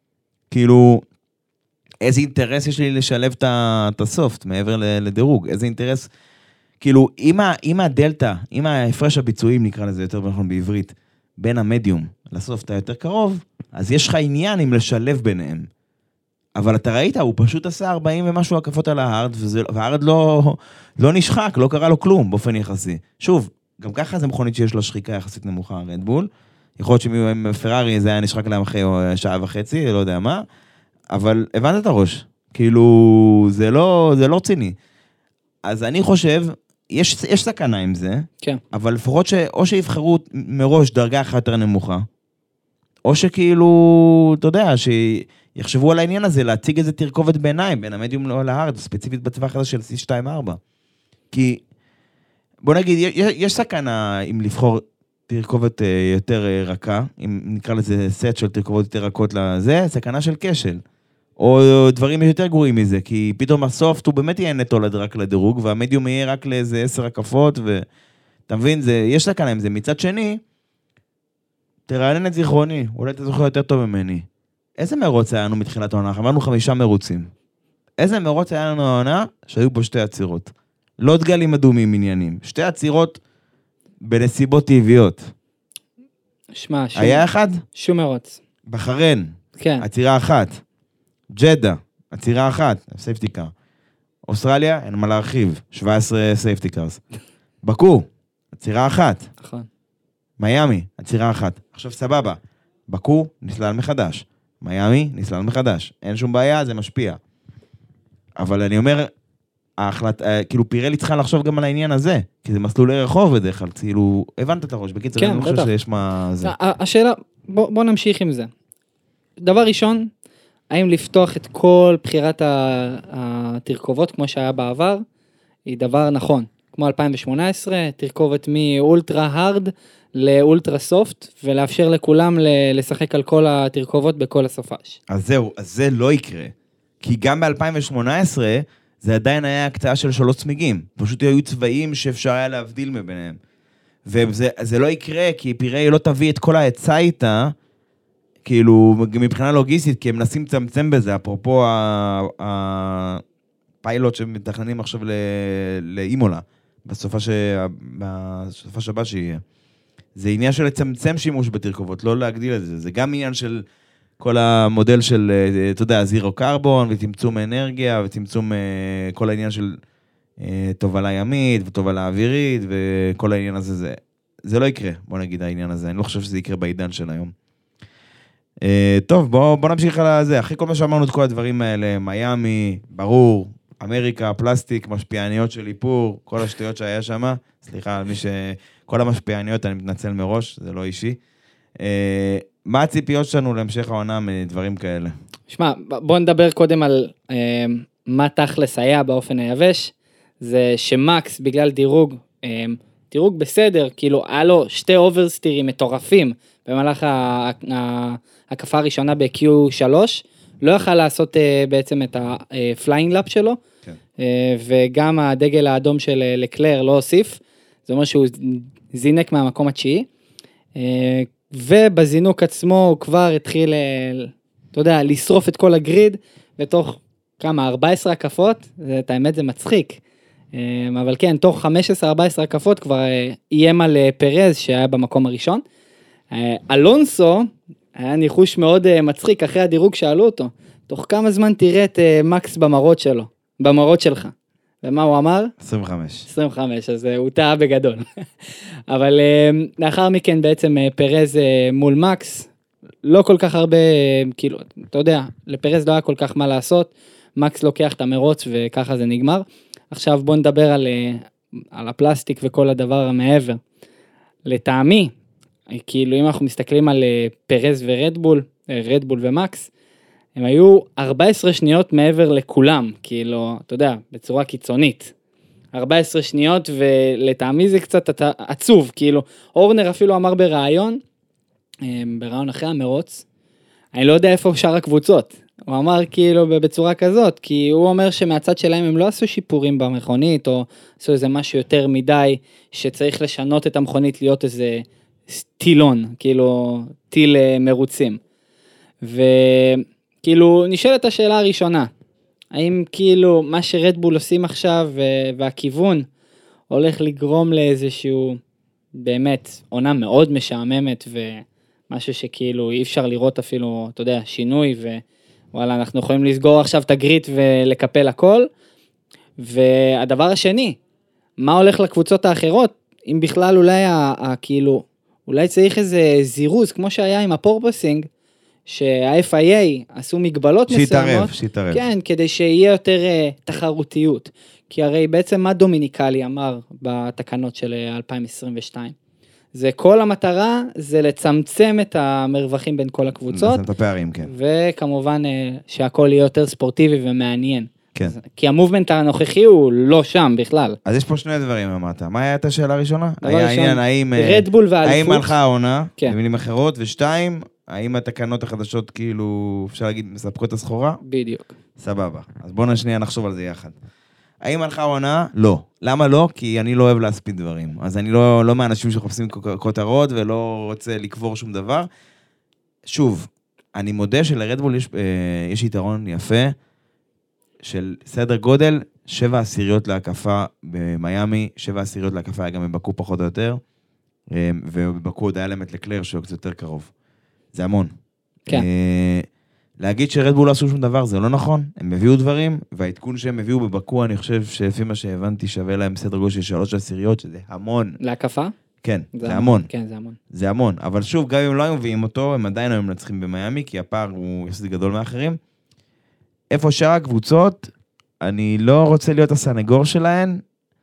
Speaker 4: כאילו, איזה אינטרס יש לי לשלב את הסופט מעבר לדירוג? איזה אינטרס? כאילו, אם הדלטה, אם ההפרש הביצועים, נקרא לזה יותר נכון בעברית, בין המדיום לסופט היותר קרוב, אז יש לך עניין אם לשלב ביניהם. אבל אתה ראית, הוא פשוט עשה ארבעים ומשהו הקפות על ההרד, וההרד לא, לא נשחק, לא קרה לו כלום באופן יחסי. שוב, גם ככה זה מכונית שיש לה שחיקה יחסית נמוכה, רדבול. יכול להיות שעם פרארי זה היה נשחק להם אחרי שעה וחצי, לא יודע מה, אבל הבנת את הראש. כאילו, זה לא, זה לא רציני. אז אני חושב, יש, יש סכנה עם זה,
Speaker 3: כן.
Speaker 4: אבל לפחות שאו שיבחרו מראש דרגה אחת יותר נמוכה, או שכאילו, אתה יודע, שיחשבו על העניין הזה, להציג איזה תרכובת ביניים, בין המדיום להארד, ספציפית בטווח הזה של סי שתיים ארבע. כי, בוא נגיד, יש, יש סכנה אם לבחור תרכובת יותר רכה, אם נקרא לזה סט של תרכובות יותר רכות לזה, סכנה של כשל. או דברים יותר גרועים מזה, כי פתאום הסופט הוא באמת יהיה נטו רק לדירוג, והמדיום יהיה רק לאיזה עשר הקפות, ואתה מבין, זה, יש סכנה עם זה. מצד שני, תרענן את זיכרוני, אולי אתה זוכר יותר טוב ממני. איזה מרוץ היה לנו מתחילת העונה? אמרנו חמישה מרוצים. איזה מרוץ היה לנו העונה שהיו בו שתי עצירות? לא דגלים אדומים עניינים. שתי עצירות בנסיבות טבעיות.
Speaker 3: שמע, שום...
Speaker 4: היה אחד?
Speaker 3: שום מרוץ.
Speaker 4: בחרן.
Speaker 3: כן.
Speaker 4: עצירה אחת. ג'דה. עצירה אחת. סייפטי קאר. אוסטרליה, אין מה להרחיב. שבע עשרה סייפטי קארס. בקו. עצירה אחת.
Speaker 3: נכון.
Speaker 4: מיימי, עצירה אחת. עכשיו סבבה, בקו נסלל מחדש, מיימי נסלל מחדש, אין שום בעיה, זה משפיע. אבל אני אומר, ההחלט, כאילו פירלי צריכה לחשוב גם על העניין הזה, כי זה מסלולי רחוב בדרך כלל, כאילו, הבנת את הראש, בקיצור,
Speaker 3: כן,
Speaker 4: אני חושב שיש מה זה.
Speaker 3: השאלה, בוא, בוא נמשיך עם זה. דבר ראשון, האם לפתוח את כל בחירת התרכובות, כמו שהיה בעבר, היא דבר נכון. כמו אלפיים שמונה עשרה, תרכובת מאולטרה הארד לאולטרה סופט, ולאפשר לכולם לשחק על כל התרכובות בכל הסופש.
Speaker 4: אז זהו, אז זה לא יקרה. כי גם ב-אלפיים שמונה עשרה, זה עדיין היה הקצאה של שלוש צמיגים. פשוט היו צבעים שאפשר היה להבדיל מביניהם. וזה לא יקרה, כי פיראי לא תביא את כל ההצעה איתה, כאילו, מבחינה לוגיסטית, כי הם מנסים לצמצם בזה, אפרופו הפיילוט שמתכננים עכשיו לאימולה. בסופה ש... בסופה שבה שיהיה. זה עניין של לצמצם שימוש בתרכובות, לא להגדיל את זה. זה גם עניין של כל המודל של, אתה יודע, זירו קרבון, וצמצום אנרגיה, וצמצום כל העניין של תובלה ימית, ותובלה אווירית, וכל העניין הזה. זה, זה לא יקרה, בוא נגיד העניין הזה. אני לא חושב שזה יקרה בעידן של היום. טוב, בוא, בוא נמשיך על זה. אחרי כל מה שאמרנו את כל הדברים האלה, מיימי, ברור, אמריקה, פלסטיק, משפיעניות של איפור, כל השטויות שהיה שם, סליחה על מי ש... כל המשפיעניות, אני מתנצל מראש, זה לא אישי. מה הציפיות שלנו להמשך העונה מדברים כאלה?
Speaker 3: שמע, בוא נדבר קודם על מה תכלס היה באופן היבש, זה שמקס בגלל דירוג, דירוג בסדר, כאילו היה לו שתי אוברסטירים מטורפים, במהלך ההקפה הראשונה ב-קיו שלוש, לא יכל לעשות uh, בעצם את הפליינג לאפ שלו, כן. uh, וגם הדגל האדום של uh, לקלר לא הוסיף, זה אומר שהוא זינק מהמקום התשיעי, uh, ובזינוק עצמו הוא כבר התחיל, uh, אתה יודע, לשרוף את כל הגריד, בתוך כמה, ארבע עשרה הקפות, את האמת זה מצחיק, uh, אבל כן, תוך חמש עשרה ארבע עשרה הקפות כבר uh, איים על uh, פרז שהיה במקום הראשון, uh, אלונסו, היה ניחוש מאוד מצחיק, אחרי הדירוג שאלו אותו, תוך כמה זמן תראה את מקס במראות שלו, במראות שלך. ומה הוא אמר?
Speaker 4: עשרים וחמש.
Speaker 3: עשרים וחמש, אז הוא טעה בגדול. אבל לאחר מכן בעצם פרז מול מקס, לא כל כך הרבה, כאילו, אתה יודע, לפרז לא היה כל כך מה לעשות, מקס לוקח את המרוץ וככה זה נגמר. עכשיו בוא נדבר על, על הפלסטיק וכל הדבר המעבר. לטעמי, כאילו אם אנחנו מסתכלים על פרז ורדבול, רדבול ומקס, הם היו ארבע עשרה שניות מעבר לכולם, כאילו, אתה יודע, בצורה קיצונית. ארבע עשרה שניות, ולטעמי זה קצת עצוב, כאילו, אורנר אפילו אמר ברעיון, ברעיון אחרי המרוץ, אני לא יודע איפה שאר הקבוצות. הוא אמר כאילו בצורה כזאת, כי הוא אומר שמהצד שלהם הם לא עשו שיפורים במכונית, או עשו איזה משהו יותר מדי, שצריך לשנות את המכונית להיות איזה טילון, כאילו טיל מרוצים. וכאילו נשאלת השאלה הראשונה, האם כאילו מה שרדבול עושים עכשיו, והכיוון הולך לגרום לאיזשהו, באמת, עונה מאוד משעממת, ומשהו שכאילו אי אפשר לראות אפילו, אתה יודע, שינוי, ווואלה, אנחנו יכולים לסגור עכשיו את הגריט ולקפל הכל. והדבר השני, מה הולך לקבוצות האחרות, אם בכלל אולי, ה, ה, כאילו, אולי צריך איזה זירוז, כמו שהיה עם הפורפוסינג, שה-אף איי איי עשו מגבלות מסוימות. שיתערב,
Speaker 4: שיתערב.
Speaker 3: כן, כדי שיהיה יותר uh, תחרותיות. כי הרי בעצם מה דומיניקלי אמר בתקנות של אלפיים עשרים ושתיים? זה כל המטרה, זה לצמצם את המרווחים בין כל הקבוצות.
Speaker 4: לצמצם את הפערים, כן.
Speaker 3: וכמובן uh, שהכל יהיה יותר ספורטיבי ומעניין.
Speaker 4: כן.
Speaker 3: כי המובמנט הנוכחי הוא לא שם בכלל.
Speaker 4: אז יש פה שני דברים, אמרת. מה היה את השאלה הראשונה?
Speaker 3: היה
Speaker 4: ראשון, העניין, האם,
Speaker 3: רדבול והאליפות.
Speaker 4: האם הלכה העונה,
Speaker 3: כן.
Speaker 4: במילים אחרות, ושתיים, האם התקנות החדשות כאילו, אפשר להגיד, מספקות את הסחורה?
Speaker 3: בדיוק.
Speaker 4: סבבה. אז בואו נשנייה נחשוב על זה יחד. האם הלכה העונה? לא. למה לא? כי אני לא אוהב להספיד דברים. אז אני לא, לא מהאנשים שחופשים כותרות ולא רוצה לקבור שום דבר. שוב, אני מודה שלרדבול יש, יש יתרון יפה, של סדר גודל, שבע עשיריות להקפה במיימי, שבע עשיריות להקפה היה גם בבקו פחות או יותר, ובבקו עוד היה להם את לקלר שהוא קצת יותר קרוב. זה המון.
Speaker 3: כן.
Speaker 4: להגיד שרדבול לא עשו שום דבר, זה לא נכון, הם הביאו דברים, והעדכון שהם הביאו בבקו, אני חושב שלפי מה שהבנתי, שווה להם סדר גודל של שלוש עשיריות, שזה המון.
Speaker 3: להקפה?
Speaker 4: כן, זה המון.
Speaker 3: כן, זה המון.
Speaker 4: זה המון, אבל שוב, גם אם לא היו מביאים אותו, הם עדיין היו מנצחים במיימי, כי הפער הוא יחסית גדול מאחרים. איפה שאר הקבוצות, אני לא רוצה להיות הסנגור שלהן,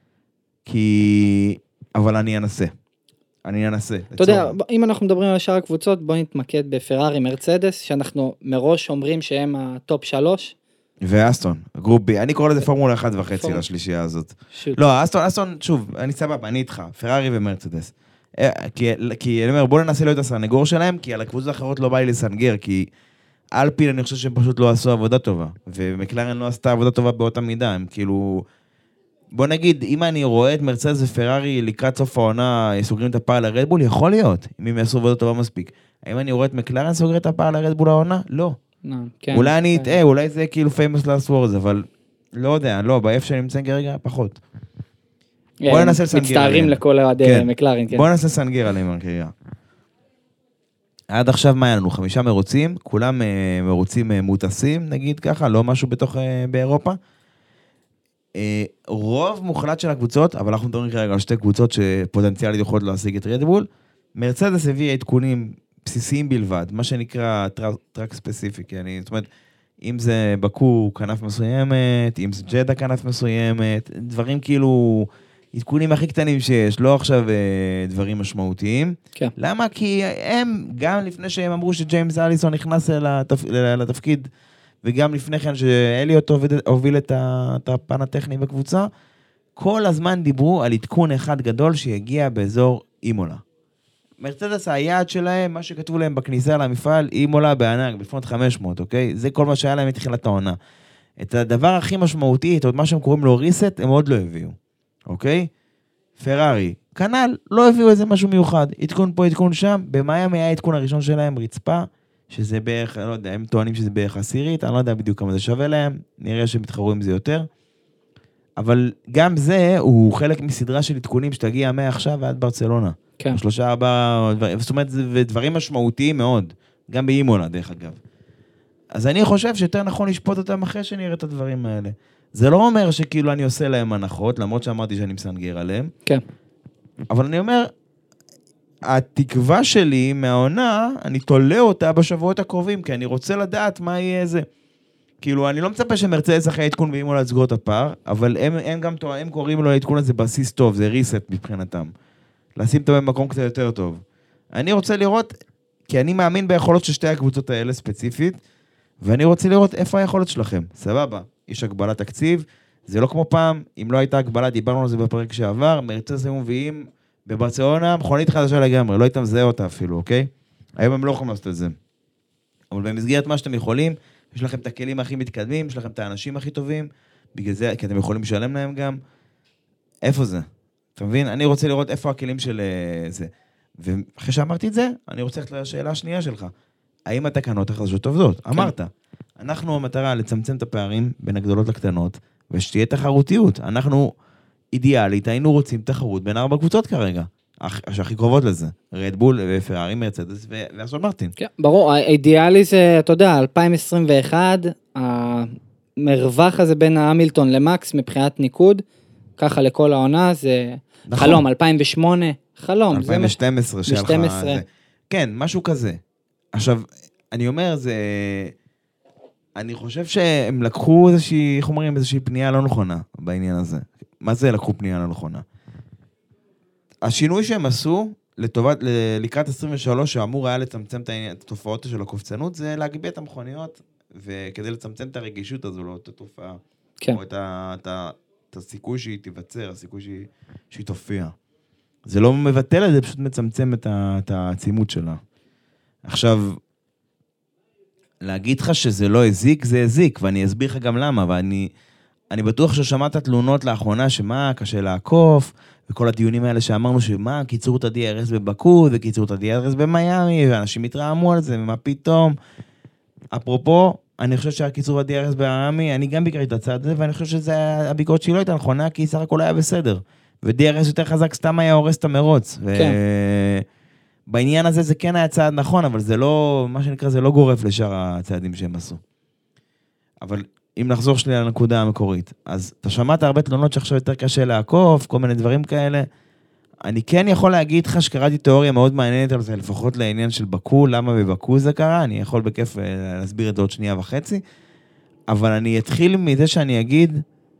Speaker 4: כי... אבל אני אנסה. אני אנסה.
Speaker 3: אתה יודע, אם אנחנו מדברים על שאר הקבוצות, בוא נתמקד בפרארי מרצדס, שאנחנו מראש אומרים שהם הטופ שלוש.
Speaker 4: ואסטון, גרופ בי. אני קורא לזה פורמולה אחת וחצי לשלישייה הזאת. לא, אסטון, אסטון, שוב, אני סבבה, אני איתך. פרארי ומרצדס. כי אני אומר, בוא ננסה להיות הסנגור שלהם, כי על הקבוצות האחרות לא בא לי לסנגר, כי... אלפין, אני חושב שהם פשוט לא עשו עבודה טובה, ומקלרן לא עשתה עבודה טובה באותה מידה, הם כאילו... בוא נגיד, אם אני רואה את מרצדס ופרארי לקראת סוף העונה, סוגרים את הפער לרדבול, יכול להיות, אם הם יעשו עבודה טובה מספיק. האם אני רואה את מקלרן סוגר את הפער לרדבול העונה? לא. אולי אני אתאה, אולי זה כאילו famous last words, אבל לא יודע, לא, באיפה שאני מצנגר רגע, פחות. בוא ננסה לסנגר עליהם.
Speaker 3: מצטערים לכל העדי מקלרן, כן.
Speaker 4: בוא ננסה לסנגר עליהם, הקריאה. עד עכשיו מה היה לנו? חמישה מרוצים, כולם uh, מרוצים uh, מוטסים, נגיד ככה, לא משהו בתוך uh, באירופה. Uh, רוב מוחלט של הקבוצות, אבל אנחנו מדברים כרגע על שתי קבוצות שפוטנציאלית יכולות להשיג את רדבול. מרצדס הביא עדכונים בסיסיים בלבד, מה שנקרא טרק, טרק ספציפיק, אני, זאת אומרת, אם זה בקו כנף מסוימת, אם זה ג'דה כנף מסוימת, דברים כאילו... עדכונים הכי קטנים שיש, לא עכשיו דברים משמעותיים.
Speaker 3: כן.
Speaker 4: למה? כי הם, גם לפני שהם אמרו שג'יימס אליסון נכנס לתפ... לתפקיד, וגם לפני כן שאליוט הוביל את הפן הטכני בקבוצה, כל הזמן דיברו על עדכון אחד גדול שיגיע באזור אימולה. מרצדס היעד שלהם, מה שכתבו להם בכניסה למפעל, אימולה בענק, בפרונט חמש מאות, אוקיי? זה כל מה שהיה להם מתחילת העונה. את הדבר הכי משמעותי, את מה שהם קוראים לו ריסט, הם עוד לא הביאו. אוקיי? פרארי, כנ"ל, לא הביאו איזה משהו מיוחד. עדכון פה, עדכון שם. במיימי היה העדכון הראשון שלהם, רצפה, שזה בערך, אני לא יודע, הם טוענים שזה בערך עשירית, אני לא יודע בדיוק כמה זה שווה להם, נראה שהם מתחרו עם זה יותר. אבל גם זה הוא חלק מסדרה של עדכונים שתגיע מעכשיו ועד ברצלונה.
Speaker 3: כן.
Speaker 4: שלושה, ארבע, זאת אומרת, זה דברים משמעותיים מאוד. גם באימונה, דרך אגב. אז אני חושב שיותר נכון לשפוט אותם אחרי שנראה את הדברים האלה. זה לא אומר שכאילו אני עושה להם הנחות, למרות שאמרתי שאני מסנגר עליהם.
Speaker 3: כן.
Speaker 4: אבל אני אומר, התקווה שלי מהעונה, אני תולה אותה בשבועות הקרובים, כי אני רוצה לדעת מה יהיה זה. כאילו, אני לא מצפה שמרצדס אחרי העדכון ואימונה לסגור את הפער, אבל הם, הם גם הם קוראים לו העדכון הזה בסיס טוב, זה ריסט מבחינתם. לשים אותם במקום קצת יותר טוב. אני רוצה לראות, כי אני מאמין ביכולות של שתי הקבוצות האלה ספציפית, ואני רוצה לראות איפה היכולת שלכם. סבבה, יש הגבלת תקציב, זה לא כמו פעם, אם לא הייתה הגבלה, דיברנו על זה בפרק שעבר, מרצדס היו מביאים בברצלונה, מכונית חדשה לגמרי, לא הייתם מזהה אותה אפילו, אוקיי? היום הם לא יכולים לעשות את זה. אבל במסגרת מה שאתם יכולים, יש לכם את הכלים הכי מתקדמים, יש לכם את האנשים הכי טובים, בגלל זה, כי אתם יכולים לשלם להם גם. איפה זה? אתה מבין? אני רוצה לראות איפה הכלים של זה. ואחרי שאמרתי את זה, אני רוצה ללכת לשאלה השנייה שלך. האם התקנות החדשות עובדות? כן. אמרת. אנחנו המטרה לצמצם את הפערים בין הגדולות לקטנות, ושתהיה תחרותיות. אנחנו אידיאלית, היינו רוצים תחרות בין ארבע קבוצות כרגע. שהכי קרובות לזה, רדבול ופרארי, מרצדס ואסטון מרטין.
Speaker 3: כן, ברור, האידיאלי זה, אתה יודע, אלפיים עשרים ואחת, המרווח הזה בין ההמילטון למקס מבחינת ניקוד, ככה לכל העונה, זה נכון. חלום, אלפיים ושמונה, חלום.
Speaker 4: אלפיים ושתים עשרה שלך. זה... כן, משהו כזה. עכשיו, אני אומר, זה... אני חושב שהם לקחו איזושהי, איך אומרים, איזושהי פנייה לא נכונה בעניין הזה. מה זה לקחו פנייה לא נכונה? השינוי שהם עשו, לטובת, לקראת עשרים ושלוש, שאמור היה לצמצם את התופעות של הקופצנות, זה להגביה את המכוניות, וכדי לצמצם את הרגישות הזו, לא את התופעה, כן. או את, ה, את, ה, את הסיכוי שהיא תיווצר, הסיכוי שהיא, שהיא תופיע. זה לא מבטל את זה, פשוט מצמצם את, ה, את העצימות שלה. עכשיו, להגיד לך שזה לא הזיק, זה הזיק, ואני אסביר לך גם למה, ואני אני בטוח ששמעת תלונות לאחרונה, שמה, קשה לעקוף, וכל הדיונים האלה שאמרנו שמה, קיצרו את ה-די אר אס בבקו, וקיצרו את ה-די אר אס במיימי, ואנשים התרעמו על זה, ומה פתאום. אפרופו, אני חושב שהקיצור ה-די אר אס במיימי, אני גם ביקרתי את הצד הזה, ואני חושב שזה הביקורת שהיא לא הייתה נכונה, כי סך הכל היה בסדר. ו-די אר אס יותר חזק, סתם היה הורס את המרוץ.
Speaker 3: כן.
Speaker 4: בעניין הזה זה כן היה צעד נכון, אבל זה לא, מה שנקרא, זה לא גורף לשאר הצעדים שהם עשו. אבל אם נחזור שלי לנקודה המקורית, אז אתה שמעת הרבה תלונות שעכשיו יותר קשה לעקוף, כל מיני דברים כאלה. אני כן יכול להגיד לך שקראתי תיאוריה מאוד מעניינת על זה, לפחות לעניין של בקו, למה בבקו זה קרה, אני יכול בכיף להסביר את זה עוד שנייה וחצי, אבל אני אתחיל מזה שאני אגיד,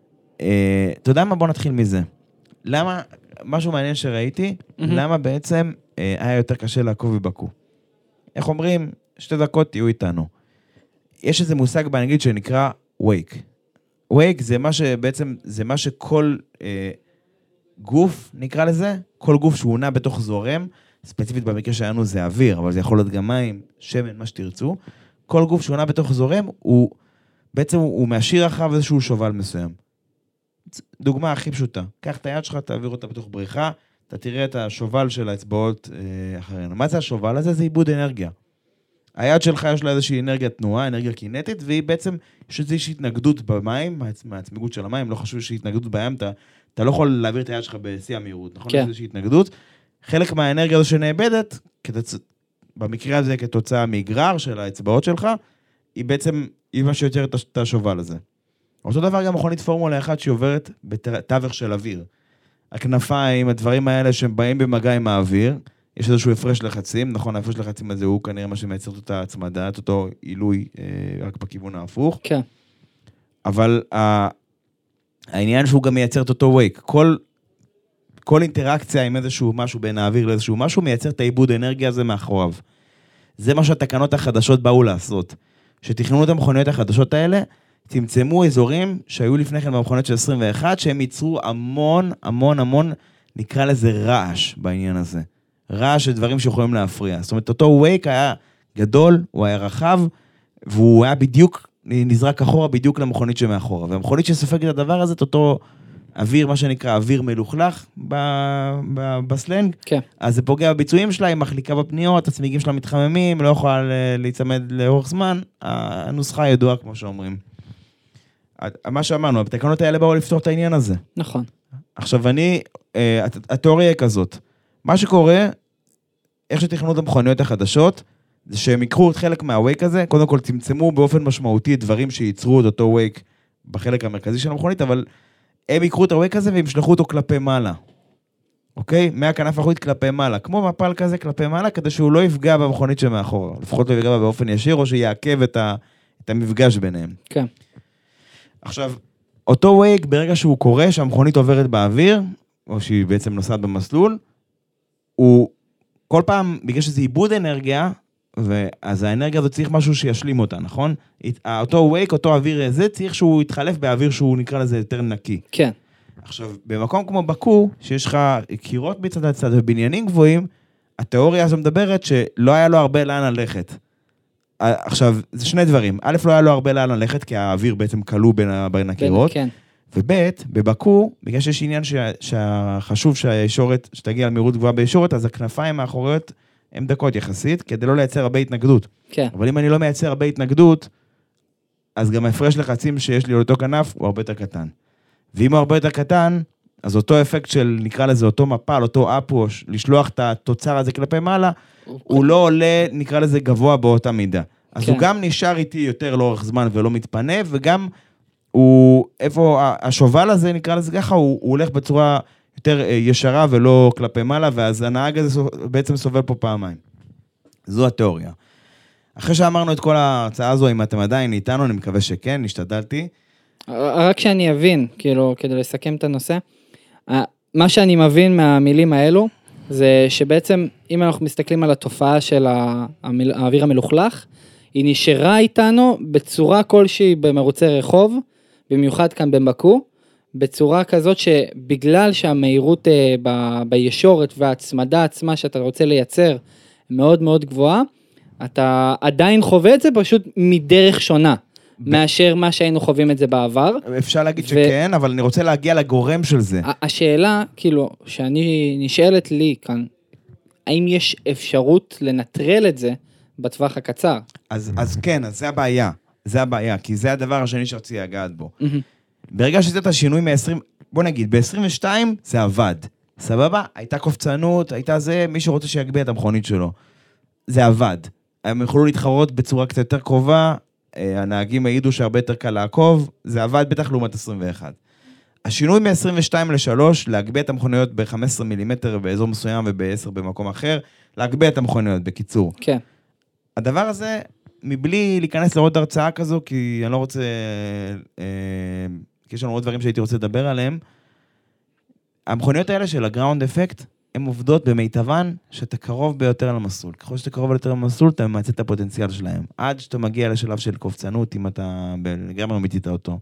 Speaker 4: אה, אתה יודע מה? בוא נתחיל מזה. למה, משהו מעניין שראיתי, mm-hmm. למה בעצם אה, היה יותר קשה לעקוב בבקו? איך אומרים? שתי דקות תהיו איתנו. יש איזה מושג באנגלית שנקרא wake. wake זה מה שבעצם, זה מה שכל אה, גוף, נקרא לזה, כל גוף שהוא נע בתוך זורם, ספציפית במקרה שלנו זה אוויר, אבל זה יכול להיות גם מים, שמן, מה שתרצו, כל גוף שהוא נע בתוך זורם, הוא בעצם הוא, הוא מאשיר אחריו איזשהו שובל מסוים. דוגמה הכי פשוטה, קח את היד שלך, תעביר אותה בתוך בריכה, אתה תראה את השובל של האצבעות אה, אחרינו. מה זה השובל הזה? זה עיבוד אנרגיה. היד שלך יש לה איזושהי אנרגיה תנועה, אנרגיה קינטית, והיא בעצם, יש איזושהי התנגדות במים, מהעצמיגות של המים, לא חשוב שהיא התנגדות בים, אתה, אתה לא יכול להעביר את היד שלך בשיא המהירות, נכון? כן. יש איזושהי התנגדות. חלק מהאנרגיה הזו שנאבדת, כתוצ... במקרה הזה כתוצאה מגרר של האצבעות שלך, היא בעצם, היא מה שיותר את השובל הזה. אותו דבר גם מכונית פורמולה אחת שהיא עוברת בתווך של אוויר. הכנפיים, הדברים האלה שהם באים במגע עם האוויר, יש איזשהו הפרש לחצים, נכון, ההפרש לחצים הזה הוא כנראה מה שמייצר את אותה הצמדה, את אותו עילוי אה, רק בכיוון ההפוך.
Speaker 3: כן.
Speaker 4: אבל ה... העניין שהוא גם מייצר את אותו וייק. כל, כל אינטראקציה עם איזשהו משהו בין האוויר לאיזשהו משהו, מייצר את העיבוד האנרגיה הזה מאחוריו. זה מה שהתקנות החדשות באו לעשות. שתכננו את המכוניות החדשות האלה, צמצמו אזורים שהיו לפני כן במכוניות של עשרים ואחת, שהם ייצרו המון, המון, המון, נקרא לזה רעש בעניין הזה. רעש של דברים שיכולים להפריע. זאת אומרת, אותו וייק היה גדול, הוא היה רחב, והוא היה בדיוק, נזרק אחורה בדיוק למכונית שמאחורה. והמכונית שסופגת את הדבר הזה, את אותו אוויר, מה שנקרא אוויר מלוכלך בסלנג,
Speaker 3: כן.
Speaker 4: אז זה פוגע בביצועים שלה, היא מחליקה בפניות, הצמיגים שלה מתחממים, לא יכולה להצמד לאורך זמן, הנוסחה ידועה כמו שאומרים. מה שאמרנו, התקנות האלה באו לפתור את העניין הזה.
Speaker 3: נכון.
Speaker 4: עכשיו אני, התיאוריה היא כזאת, מה שקורה, איך שתכנו את המכוניות החדשות, זה שהם יקחו את חלק מהווייק הזה, קודם כל צמצמו באופן משמעותי דברים שייצרו את אותו ווייק בחלק המרכזי של המכונית, אבל הם יקחו את הווייק הזה וימשלחו אותו כלפי מעלה. אוקיי? מהכנף האחורית כלפי מעלה, כמו מפל כזה כלפי מעלה, כדי שהוא לא יפגע במכונית שמאחורה, לפחות לא יפגע בה באופן ישיר, או שיעכב את, ה, את המפגש ביניהם.
Speaker 3: כן.
Speaker 4: עכשיו, אותו ווייק, ברגע שהוא קורה, שהמכונית עוברת באוויר, או שהיא בעצם נוסעת במסלול, הוא כל פעם, בגלל שזה איבוד אנרגיה, ואז האנרגיה הזאת צריך משהו שישלים אותה, נכון? אותו ווייק, אותו אוויר הזה, צריך שהוא יתחלף באוויר שהוא נקרא לזה יותר נקי.
Speaker 3: כן.
Speaker 4: עכשיו, במקום כמו בקו, שיש לך קירות מצד הצד ובניינים גבוהים, התיאוריה הזו מדברת שלא היה לו הרבה לאן ללכת. עכשיו, זה שני דברים. א', לא היה לו הרבה לאן ללכת, כי האוויר בעצם כלוא בין, בין הקירות.
Speaker 3: כן.
Speaker 4: וב', בבקו, בגלל שיש עניין שחשוב שהישורת, שתגיע על מהירות גבוהה בישורת, אז הכנפיים האחוריות הן דקות יחסית, כדי לא לייצר הרבה התנגדות.
Speaker 3: כן.
Speaker 4: אבל אם אני לא מייצר הרבה התנגדות, אז גם ההפרש לחצים שיש לי על אותו כנף הוא הרבה יותר קטן. ואם הוא הרבה יותר קטן, אז אותו אפקט של, נקרא לזה, אותו מפל, אותו אפוש, לשלוח את התוצר הזה כלפי מעלה, הוא לא עולה, נקרא לזה, גבוה באותה מידה. אז הוא גם נשאר איתי יותר לאורך זמן ולא מתפנה, וגם הוא, איפה, השובל הזה, נקרא לזה ככה, הוא, הוא הולך בצורה יותר ישרה ולא כלפי מעלה, ואז הנהג הזה בעצם סובל פה פעמיים. זו התיאוריה. אחרי שאמרנו את כל ההצעה הזו, אם אתם עדיין איתנו, אני מקווה שכן, השתדלתי.
Speaker 3: רק שאני אבין, כאילו, כדי לסכם את הנושא, מה שאני מבין מהמילים האלו, זה שבעצם, אם אנחנו מסתכלים על התופעה של האוויר המלוכלך, היא נשארה איתנו בצורה כלשהי במרוצי רחוב, במיוחד כאן בבקו, בצורה כזאת שבגלל שהמהירות ב- בישורת וההצמדה עצמה שאתה רוצה לייצר מאוד מאוד גבוהה, אתה עדיין חווה את זה פשוט מדרך שונה, ב- מאשר מה שהיינו חווים את זה בעבר.
Speaker 4: אפשר להגיד
Speaker 3: ו-
Speaker 4: שכן, אבל אני רוצה להגיע לגורם של זה.
Speaker 3: השאלה, כאילו, שאני נשאלת לי כאן, האם יש אפשרות לנטרל את זה בטווח הקצר?
Speaker 4: אז, אז כן, אז זה הבעיה. זה הבעיה, כי זה הדבר השני שרציתי לגעת בו. ברגע שזה את השינוי מ-עשרים, בוא נגיד, ב-עשרים ושתיים זה עבד. סבבה? הייתה קופצנות, הייתה זה, מי שרוצה שיגביה את המכונית שלו. זה עבד. הם יכולו להתחרות בצורה קצת יותר קרובה, הנהגים העידו שהרבה יותר קל לעקוב, זה עבד בטח לעומת עשרים ואחת. השינוי מ-עשרים ושתיים ל-שלוש, להגביה את המכוניות ב-חמישה עשר מילימטר באזור מסוים וב-עשר במקום אחר, להגביה את המכוניות, בקיצור.
Speaker 3: כן.
Speaker 4: הדבר הזה, מבלי להיכנס לעוד הרצאה כזו, כי אני לא רוצה, אה, כי יש לנו עוד דברים שהייתי רוצה לדבר עליהם, המכוניות האלה של הגראונד אפקט, הן עובדות במיטבן שאתה קרוב ביותר למסלול. ככל שאתה קרוב יותר למסלול, אתה ממצא את הפוטנציאל שלהם. עד שאתה מגיע לשלב של קופצנות, אם אתה לגמרי מיצית אותו.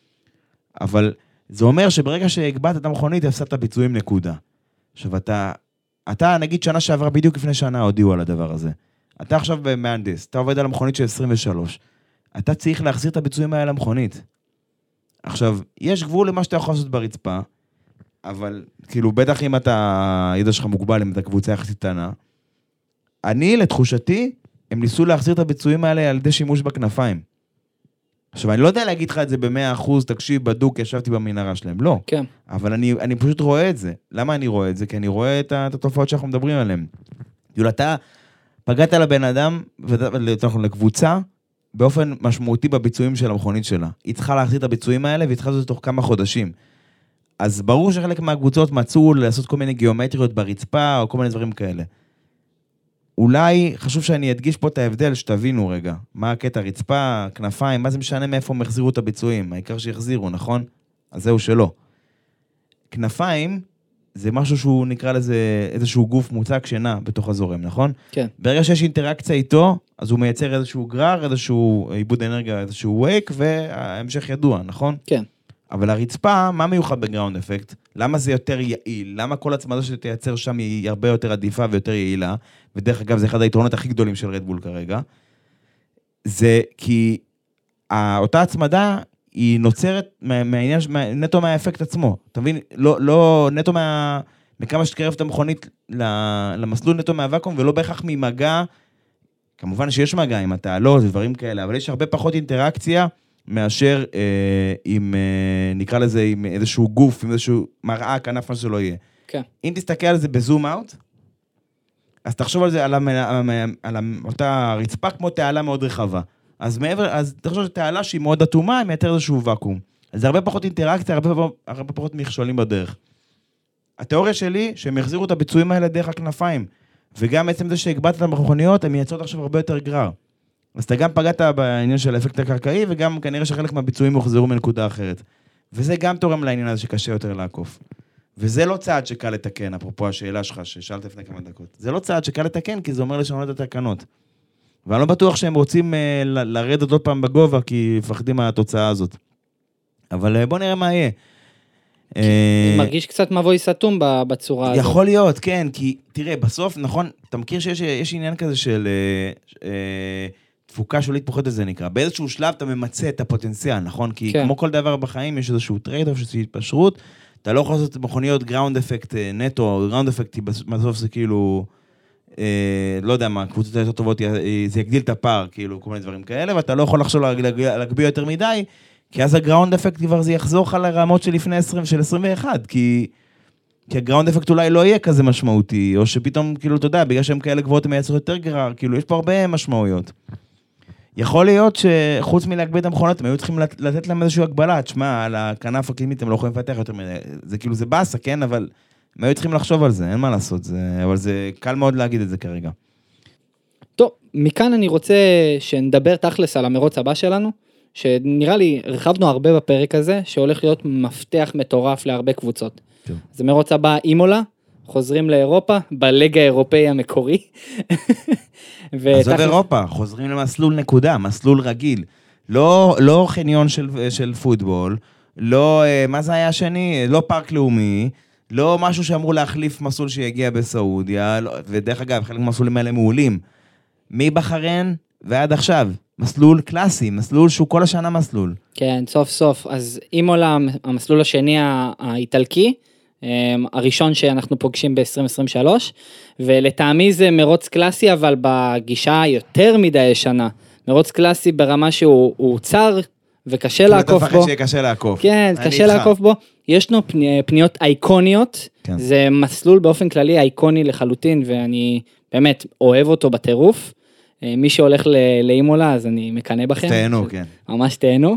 Speaker 4: אבל זה אומר שברגע שהגבהת את המכונית, הפסדת ביצועים נקודה. עכשיו, אתה, אתה נגיד שנה שעברה, בדיוק לפני שנה הודיעו על הדבר הזה. אתה עכשיו במהנדס, אתה עובד על המכונית של עשרים ושלוש. אתה צריך להחזיר את הביצועים האלה למכונית. עכשיו, יש גבול למה שאתה יכול לעשות ברצפה, אבל כאילו, בטח אם אתה, ידע שלך מוגבל, אם אתה קבוצה יחסית קטנה, אני, לתחושתי, הם ניסו להחזיר את הביצועים האלה על ידי שימוש בכנפיים. עכשיו, אני לא יודע להגיד לך את זה ב-מאה אחוז, תקשיב, בדוק, ישבתי במנהרה שלהם, לא. כן. אבל אני, אני פשוט רואה את זה. למה אני רואה את זה? כי אני רואה את, את התופעות שאנחנו מדברים עליהן. כאילו, אתה פגעת לבן אדם, ואנחנו לקבוצה, באופן משמעותי בביצועים של המכונית שלה. היא צריכה להחזיר את הביצועים האלה, והיא צריכה לעשות את זה תוך כמה חודשים. אז ברור שחלק מהקבוצות מצאו לעשות כל מיני גיאומטריות ברצפה, או כל מיני דברים כאלה. אולי חשוב שאני אדגיש פה את ההבדל, שתבינו רגע, מה הקטע, רצפה, כנפיים, מה זה משנה מאיפה הם החזירו את הביצועים, העיקר שיחזירו, נכון? אז זהו שלא. כנפיים, זה משהו שהוא נקרא לזה איזשהו גוף מוצק שנע בתוך הזורם, נכון? כן. ברגע שיש אינטראקציה איתו, אז הוא מייצר איזשהו גרר, איזשהו עיבוד אנרגיה, איזשהו וייק, וההמשך ידוע, נכון? כן. אבל הרצפה, מה מיוחד בגראונד אפקט? למה זה יותר יעיל? למה כל הצמדה שתייצר שם היא הרבה יותר עדיפה ויותר יעילה? ודרך אגב, זה אחד היתרונות הכי גדולים של רדבול כרגע. זה כי אותה הצמדה היא נוצרת מהעניין, נטו מהאפקט עצמו. אתה מבין? לא, לא נטו מה, מכמה שתקרב את המכונית למסלול נטו מהוואקום, ולא בהכרח ממגע. כמובן שיש מגע עם התעלות ודברים כאלה, אבל יש הרבה פחות אינטראקציה מאשר אה, עם, אה, נקרא לזה, עם איזשהו גוף, עם איזשהו מראה, כנף, מה שלא יהיה. כן. אם תסתכל על זה בזום אאוט, אז תחשוב על זה, על, המ... על אותה רצפה כמו תעלה מאוד רחבה. אז מעבר, אז תחשוב שתעלה שהיא מאוד אטומה, היא מייתר איזשהו ואקום. אז זה הרבה פחות אינטראקציה, הרבה, הרבה פחות מכשולים בדרך. התיאוריה שלי, שהם יחזירו את הביצועים האלה דרך הכנפיים, וגם בעצם זה שהגבעת את המכוניות, הם מייצרות עכשיו הרבה יותר גרר. אז אתה גם פגעת בעניין של האפקט הקרקעי, וגם כנראה שחלק מהביצועים יוחזרו מנקודה אחרת. וזה גם תורם לעניין הזה שקשה יותר לעקוף. וזה לא צעד שקל לתקן, אפרופו השאלה שלך, ששאלת לפני כמה דקות. זה לא צעד שקל לתקן, כי זה אומר לשנות את התקנות. ואני לא בטוח שהם רוצים אה, ל- לרדת עוד פעם בגובה, כי מפחדים מהתוצאה הזאת. אבל בוא נראה מה יהיה.
Speaker 3: מרגיש קצת מבוי סתום בצורה הזאת.
Speaker 4: יכול להיות, כן, כי תראה, בסוף, נכון, אתה מכיר שיש יש עניין כזה של אה, אה, תפוקה שולית פוחתת, זה נקרא. באיזשהו שלב אתה ממצא את הפוטנציאל, נכון? כי כן. כמו כל דבר בחיים, יש איזשהו טרייד-אוף, איזושהי התפשרות, אתה לא יכול לעשות מכוניות גראונד אפקט נטו, או גראונד אפקט, בסוף זה כאילו, אה, לא יודע מה, קבוצות יותר טובות, זה יגדיל את הפער, כאילו, כל מיני דברים כאלה, ואתה לא יכול לחשוב להגביה יותר מדי, כי אז הגראונד אפקט כבר זה יחזור לך לרמות של לפני עשרים, של עשרים ואחת, כי, כי הגראונד אפקט אולי לא יהיה כזה משמעותי, או שפתאום, כאילו, אתה יודע, בגלל שהם כאלה גבוהות הם מייצרו יותר גרר, כאילו, יש פה הרבה משמעויות. יכול להיות שחוץ מלהגביל את המכונות, הם היו צריכים לתת להם איזושהי הגבלה, תשמע, על הכנף הקדמית הם לא יכולים לפתח יותר מדי, זה כאילו, זה באסה, כן, אבל הם היו צריכים לחשוב על זה, אין מה לעשות, זה, אבל זה קל מאוד להגיד את זה כרגע.
Speaker 3: טוב, מכאן אני רוצה שנדבר תכלס על המרוץ הבא שלנו, שנראה לי, רחבנו הרבה בפרק הזה, שהולך להיות מפתח מטורף להרבה קבוצות. טוב. זה מרוץ הבא אימולה, חוזרים לאירופה, בליגה האירופאי המקורי.
Speaker 4: אז עוד אירופה, חוזרים למסלול נקודה, מסלול רגיל. לא, לא חניון של, של פוטבול, לא, מה זה היה השני? לא פארק לאומי, לא משהו שאמרו להחליף מסלול שיגיע בסעודיה, לא, ודרך אגב, חלק מהמסלולים האלה מעולים. מבחרן ועד עכשיו, מסלול קלאסי, מסלול שהוא כל השנה מסלול.
Speaker 3: כן, סוף סוף. אז אימולה, המסלול השני האיטלקי, הראשון שאנחנו פוגשים ב-עשרים עשרים ושלוש, ולטעמי זה מרוץ קלאסי, אבל בגישה יותר מדי ישנה. מרוץ קלאסי ברמה שהוא צר וקשה לעקוף בו.
Speaker 4: אתה מפחד שיהיה קשה לעקוף.
Speaker 3: כן, קשה לעקוף בו. ישנו פניות אייקוניות, זה מסלול באופן כללי אייקוני לחלוטין, ואני באמת אוהב אותו בטירוף. מי שהולך לאימולה, אז אני מקנה בכם.
Speaker 4: תהנו, כן.
Speaker 3: ממש תהנו.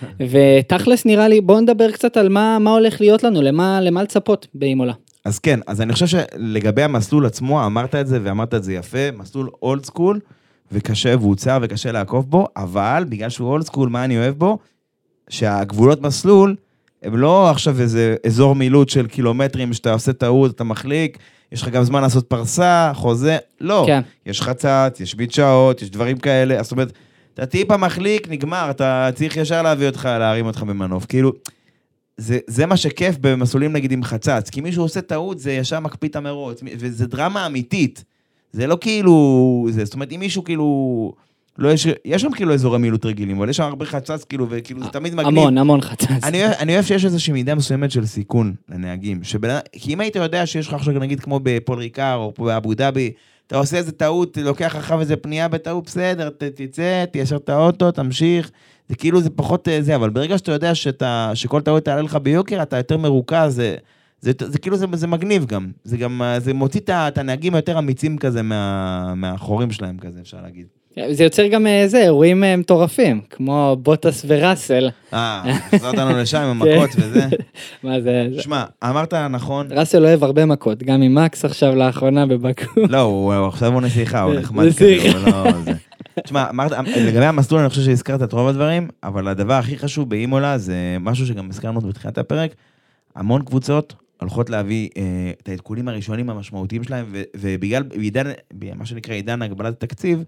Speaker 3: ותכלס נראה לי, בואו נדבר קצת על מה, מה הולך להיות לנו, למה, למה לצפות באימולה.
Speaker 4: אז כן, אז אני חושב שלגבי המסלול עצמו, אמרת את זה ואמרת את זה יפה, מסלול אולד סקול, וקשה והוצר וקשה לעקוף בו, אבל בגלל שהוא אולד סקול, מה אני אוהב בו? שהגבולות מסלול, הם לא עכשיו איזה אזור מילוט של קילומטרים, שאתה עושה טעות, אתה מחליק, יש לך גם זמן לעשות פרסה, חוזה, לא. כן. יש חצת, יש ביט שעות, יש דברים כאלה, זאת אומרת, אתה טיפה מחליק, נגמר, אתה צריך ישר להביא אותך, להרים אותך במנוף, כאילו, זה, זה מה שכיף במסלולים נגיד עם חצץ, כי מישהו עושה טעות, זה ישר מקפיא את המרוץ, וזה דרמה אמיתית, זה לא כאילו, זה, זאת אומרת, אם מישהו כאילו, לא יש, יש שם כאילו אזורי מילוט רגילים, אבל יש שם הרבה חצץ, כאילו, וכאילו זה תמיד מגניב.
Speaker 3: המון, המון חצץ.
Speaker 4: אני, אני אוהב שיש איזושהי מידה מסוימת של סיכון לנהגים, שבנ... כי אם היית יודע שיש לך עכשיו, נגיד, כמו בפול ריקר, או פה באבו דאבי, אתה עושה איזה טעות, לוקח אחריו איזה פנייה בטעות, בסדר, תצא, תיישר את האוטו, תמשיך, זה כאילו, זה פחות זה, אבל ברגע שאתה יודע שאתה, שכל טעות תעלה לך ביוקר, אתה יותר מרוכז, זה, זה, זה, זה כאילו, זה, זה מגניב גם, זה גם, זה מוציא את הנהגים היותר אמיצים כזה, מה, מהחורים שלהם כזה, אפשר להגיד.
Speaker 3: זה יוצר גם איזה אירועים מטורפים, כמו בוטס וראסל.
Speaker 4: אה, חזרת לנו לשם עם המכות וזה.
Speaker 3: מה זה?
Speaker 4: שמע, אמרת נכון.
Speaker 3: ראסל אוהב הרבה מכות, גם עם מקס עכשיו לאחרונה בבקו.
Speaker 4: לא, עכשיו הוא נסיכה, הוא נחמד כזה, לא זה. שמע, אמרת, לגבי המסלול אני חושב שהזכרת את רוב הדברים, אבל הדבר הכי חשוב באימולה זה משהו שגם הזכרנו בתחילת הפרק, המון קבוצות הולכות להביא את העדכונים הראשונים המשמעותיים שלהם, ובגלל, מה שנקרא עידן הגבלת התקציב,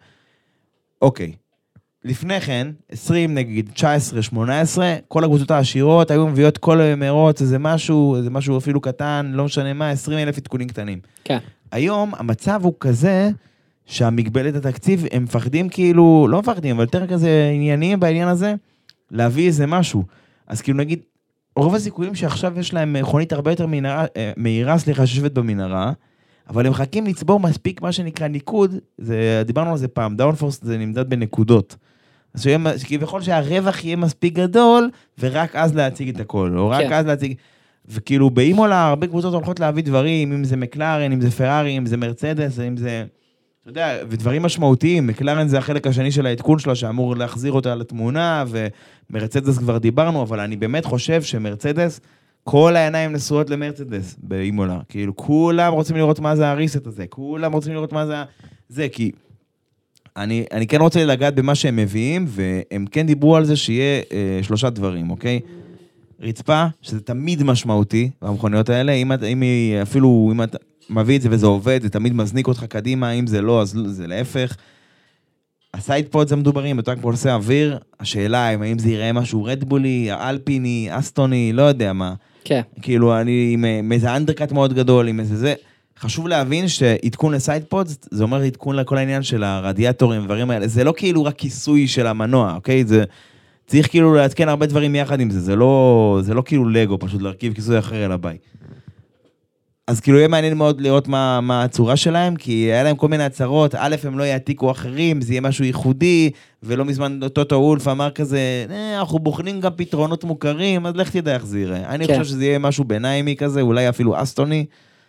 Speaker 4: אוקיי, לפני כן, עשרים נגיד, תשע עשרה, שמונה עשרה, כל הקבוצות העשירות היו מביאות כל מרוץ, איזה משהו, איזה משהו אפילו קטן, לא משנה מה, עשרים אלף עדכונים קטנים.
Speaker 3: כן.
Speaker 4: היום המצב הוא כזה, שהמגבלת התקציב, הם מפחדים כאילו, לא מפחדים, אבל יותר כזה ענייניים בעניין הזה, להביא איזה משהו. אז כאילו נגיד, רוב הסיכויים שעכשיו יש להם מכונית הרבה יותר מנהרה, מהירה, סליחה, ששבת במנהרה, אבל הם מחכים לצבור מספיק מה שנקרא ניקוד, זה, דיברנו על זה פעם, דאונפורס זה נמדד בנקודות. אז כביכול שהרווח יהיה מספיק גדול, ורק אז להציג את הכל, או רק כן. אז להציג... וכאילו באימולה הרבה קבוצות הולכות להביא דברים, אם זה מקלרן, אם זה פרארי, אם זה מרצדס, אם זה, אתה יודע, ודברים משמעותיים, מקלרן זה החלק השני של העדכון שלה, שאמור להחזיר אותה לתמונה, ומרצדס כבר דיברנו, אבל אני באמת חושב שמרצדס, כל העיניים נשואות למרצדס באימולה, כאילו כולם רוצים לראות מה זה הריסט הזה, כולם רוצים לראות מה זה זה, כי אני, אני כן רוצה לגעת במה שהם מביאים, והם כן דיברו על זה שיהיה אה, שלושה דברים, אוקיי? רצפה, שזה תמיד משמעותי במכוניות האלה, אם, אם היא, אפילו אם אתה מביא את זה וזה עובד, זה תמיד מזניק אותך קדימה, אם זה לא, אז זה להפך. הסיידפוד זה מדוברים, יותר כמו עושה אוויר, השאלה היא, האם זה יראה משהו רדבולי, אלפיני, אסטוני, לא יודע מה.
Speaker 3: כן.
Speaker 4: כאילו, אני עם איזה אנדרקאט מאוד גדול, עם איזה זה. חשוב להבין שעדכון לסיידפוד, זה אומר עדכון לכל העניין של הרדיאטורים, דברים האלה. זה לא כאילו רק כיסוי של המנוע, אוקיי? זה צריך כאילו להתקן הרבה דברים יחד עם זה. זה לא, זה לא כאילו לגו, פשוט להרכיב כיסוי אחר אל הבית. אז כאילו יהיה מעניין מאוד לראות מה, מה הצורה שלהם, כי היה להם כל מיני הצהרות, א', הם לא יעתיקו אחרים, זה יהיה משהו ייחודי, ולא מזמן טוטו וולף אמר כזה, אה, אנחנו בוחנים גם פתרונות מוכרים, אז לך תדע איך זה יראה. אני
Speaker 3: כן.
Speaker 4: חושב שזה יהיה משהו ביניימי כזה, אולי אפילו אסטוני,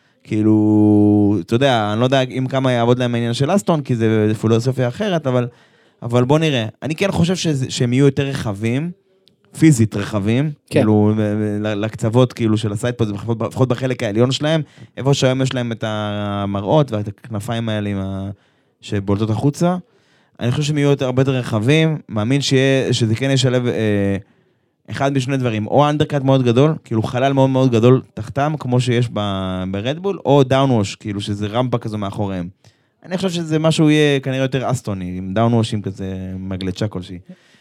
Speaker 4: כאילו, אתה יודע, אני לא יודע אם כמה יעבוד להם העניין של אסטון, כי זה פילוסופיה אחרת, אבל, אבל בוא נראה. אני כן חושב שזה, שהם יהיו יותר רחבים, פיזית רחבים, כן. כאילו, לקצוות כאילו של הסיידפוד, לפחות בחלק העליון שלהם, איפה שהיום יש להם את המראות ואת הכנפיים האלה ה... שבולטות החוצה. אני חושב שהם יהיו הרבה יותר רחבים, מאמין שיה, שזה כן ישלב אה, אחד משני דברים, או אנדרקאט מאוד גדול, כאילו חלל מאוד מאוד גדול תחתם, כמו שיש ברדבול, או דאונווש, כאילו שזה רמפה כזו מאחוריהם. אני חושב שזה משהו יהיה כנראה יותר אסטוני, עם דאונוושים כזה מגלצ'ה כלשהי.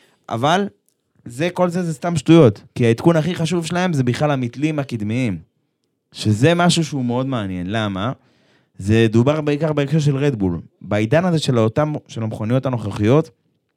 Speaker 4: אבל זה, כל זה זה סתם שטויות, כי העדכון הכי חשוב שלהם זה בכלל המתלים הקדמיים, שזה משהו שהוא מאוד מעניין. למה? זה דובר בעיקר בהקשר של רדבול. בעידן הזה של אותם, של המכוניות הנוכחיות,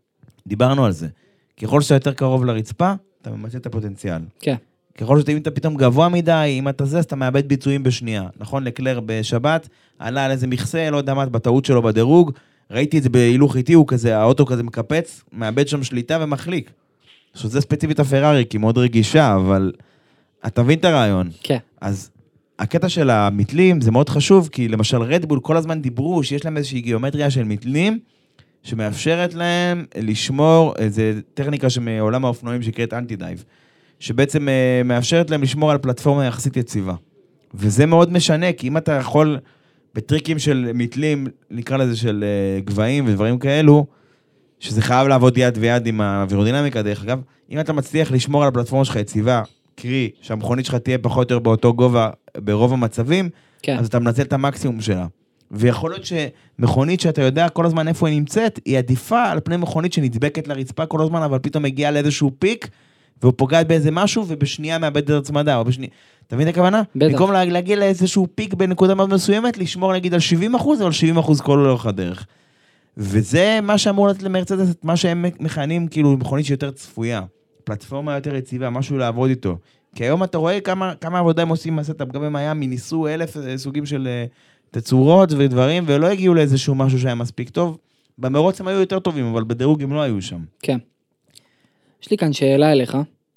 Speaker 4: דיברנו על זה. ככל שאתה יותר קרוב לרצפה, אתה ממצא את הפוטנציאל.
Speaker 3: כן.
Speaker 4: ככל שאתה, אם אתה פתאום גבוה מדי, אם אתה זה, אתה מאבד ביצועים בשנייה. נכון, לקלר בשבת, עלה על איזה מכסה, לא יודע מה, בטעות שלו בדירוג, ראיתי את זה בהילוך איטי, הוא כזה, האוטו כזה מקפץ, מאבד שם שליטה ומחליק. שזה ספציפית הפרארי, כי מאוד רגישה, אבל אתה מבין את הרעיון.
Speaker 3: כן.
Speaker 4: אז הקטע של המתלים זה מאוד חשוב, כי למשל רדבול כל הזמן דיברו שיש להם איזושהי גיאומטריה של מתלים, שמאפשרת להם לשמור, איזו טכניקה שמעולם האופנועים שקראת אנטי-דייב, שבעצם מאפשרת להם לשמור על פלטפורמה יחסית יציבה. וזה מאוד משנה, כי אם אתה יכול, בטריקים של מתלים, נקרא לזה של גבהים ודברים כאלו, שזה חייב לעבוד יד ויד עם האווירודינמיקה, דרך אגב, אם אתה מצליח לשמור על הפלטפורמה שלך יציבה, קרי, שהמכונית שלך תהיה פחות או יותר באותו גובה, ברוב המצבים, כן. אז אתה מנצל את המקסימום שלה. ויכול להיות שמכונית שאתה יודע כל הזמן איפה היא נמצאת, היא עדיפה על פני מכונית שנדבקת לרצפה כל הזמן, אבל פתאום מגיעה לאיזשהו פיק, והוא פוגעת באיזה משהו, ובשנייה מאבד את הצמדה, או בשנייה... אתה מבין את הכוונה? בטח. במקום להגיע לאיזשהו פיק בנקודה מאוד מסוימת, לשמור נגיד על שבעים אחוז, או על שבעים אחוז כל אורך הדרך. וזה מה שאמור לתת למרצדס, מה שהם מכנים כאילו מכונית שיותר צפויה, פלטפורמה יותר יציבה, משהו לעבוד איתו. כי היום אתה רואה כמה, כמה עבודה הם עושים מהסטאפ, גם במיאמי ניסו אלף סוגים של תצורות ודברים, ולא הגיעו לאיזשהו משהו שהיה מספיק טוב. במרוץ הם היו יותר טובים, אבל בדירוג הם לא היו שם.
Speaker 3: כן. יש לי כאן שאלה אליך.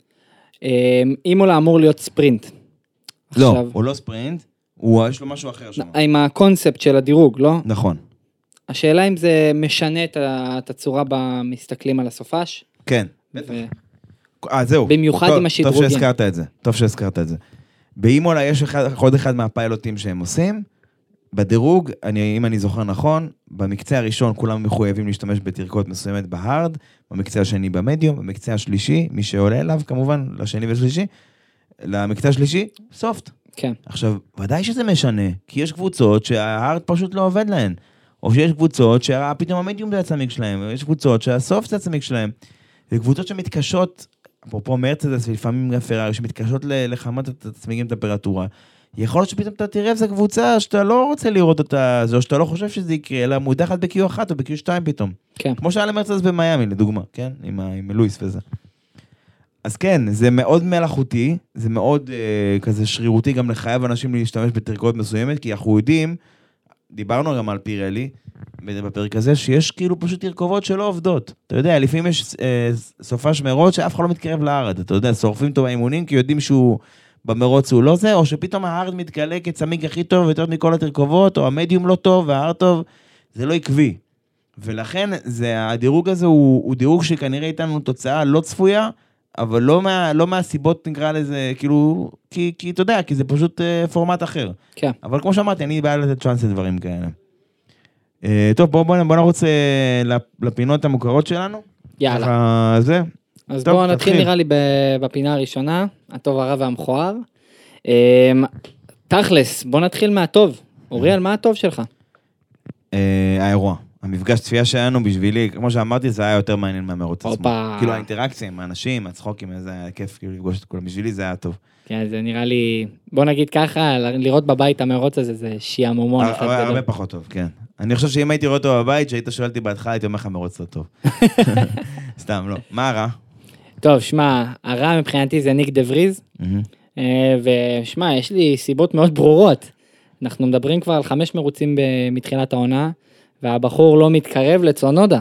Speaker 3: אם הוא אמור להיות ספרינט.
Speaker 4: לא,
Speaker 3: עכשיו...
Speaker 4: הוא לא ספרינט, הוא יש לו משהו אחר שם.
Speaker 3: עם הקונספט של הדירוג, לא?
Speaker 4: נכון.
Speaker 3: השאלה אם זה משנה את הצורה במסתכלים על הסופש?
Speaker 4: כן, בטח. אה, זהו.
Speaker 3: במיוחד
Speaker 4: טוב,
Speaker 3: עם השדרוגים.
Speaker 4: טוב שהזכרת את זה, טוב שהזכרת את זה. באימולה יש אחד, עוד אחד מהפיילוטים שהם עושים, בדירוג, אני, אם אני זוכר נכון, במקצה הראשון כולם מחויבים להשתמש בתרכות מסוימת בהארד, במקצה השני במדיום, במקצה השלישי, מי שעולה אליו כמובן, לשני ושלישי, למקצה השלישי, סופט.
Speaker 3: כן.
Speaker 4: עכשיו, ודאי שזה משנה, כי יש קבוצות שההארד פשוט לא עובד להן. או שיש קבוצות שפתאום המדיום זה הצמיג שלהם, או יש קבוצות שהסוף זה הצמיג שלהם, וקבוצות שמתקשות, אפרופו מרצדס ולפעמים פרארי, שמתקשות לחמם את הצמיגים טמפרטורה, יכול להיות שפתאום אתה תראה איזה קבוצה שאתה לא רוצה לראות אותה, או שאתה לא חושב שזה יקרה, אלא מודחת ב-קיו אחת או ב-קיו שתיים פתאום. כן. כמו שהיה למרצדס במיאמי, לדוגמה, כן? עם, עם לואיס וזה. אז כן, זה מאוד מלאכותי, זה מאוד אה, כזה שרירותי גם לחייב אנשים להשתמש בתרכות מסוימת, כי אנחנו יודעים, דיברנו גם על פירלי, בפרק הזה, שיש כאילו פשוט תרכובות שלא עובדות. אתה יודע, לפעמים יש אה, סופש מרות שאף אחד לא מתקרב לארד, אתה יודע, שורפים אותו באימונים, כי יודעים שהוא במרוץ הוא לא זה, או שפתאום ההארד מתגלה כצמיג הכי טוב ויותר מכל התרכובות, או המדיום לא טוב וההארד טוב, זה לא עקבי. ולכן זה, הדירוג הזה הוא, הוא דירוג שכנראה איתנו תוצאה לא צפויה, אבל לא, מה, לא מהסיבות נקרא לזה, כאילו, כי, כי אתה יודע, כי זה פשוט uh, פורמט אחר.
Speaker 3: כן.
Speaker 4: אבל כמו שאמרתי, אני בא לתת צ'אנס לדברים כאלה. Uh, טוב, בואו בוא, בוא נרוץ uh, לפינות המוכרות שלנו.
Speaker 3: יאללה.
Speaker 4: ככה, זה.
Speaker 3: אז
Speaker 4: טוב,
Speaker 3: בואו נתחיל
Speaker 4: תתחיל.
Speaker 3: נראה לי בפינה הראשונה, הטוב, הרע והמכוער. Um, תכלס, בואו נתחיל מהטוב. אוריאל, מה הטוב שלך?
Speaker 4: Uh, האירוע. המפגש צפייה שלנו בשבילי, כמו שאמרתי, זה היה יותר מעניין מהמרוץ עצמו.
Speaker 3: אופה.
Speaker 4: כאילו האינטראקציה עם האנשים, הצחוקים, זה היה כיף כאילו לפגוש את כולם. בשבילי זה היה טוב.
Speaker 3: כן, זה נראה לי, בוא נגיד ככה, לראות בבית המרוץ הזה, זה שיעמומון אחד
Speaker 4: הרבה,
Speaker 3: גדול.
Speaker 4: הרבה פחות טוב, כן. אני חושב שאם הייתי רואה אותו בבית, שהיית שואל אותי בהתחלה, הייתי אומר לך מרוץ לא טוב. סתם, לא. מה הרע?
Speaker 3: טוב, שמע, הרע מבחינתי זה ניק דה וריז, אה, ושמע, יש לי סיבות מאוד ברורות. אנחנו מדברים כבר על חמש מרוצים מתחילת העונה, והבחור לא מתקרב לצונודה.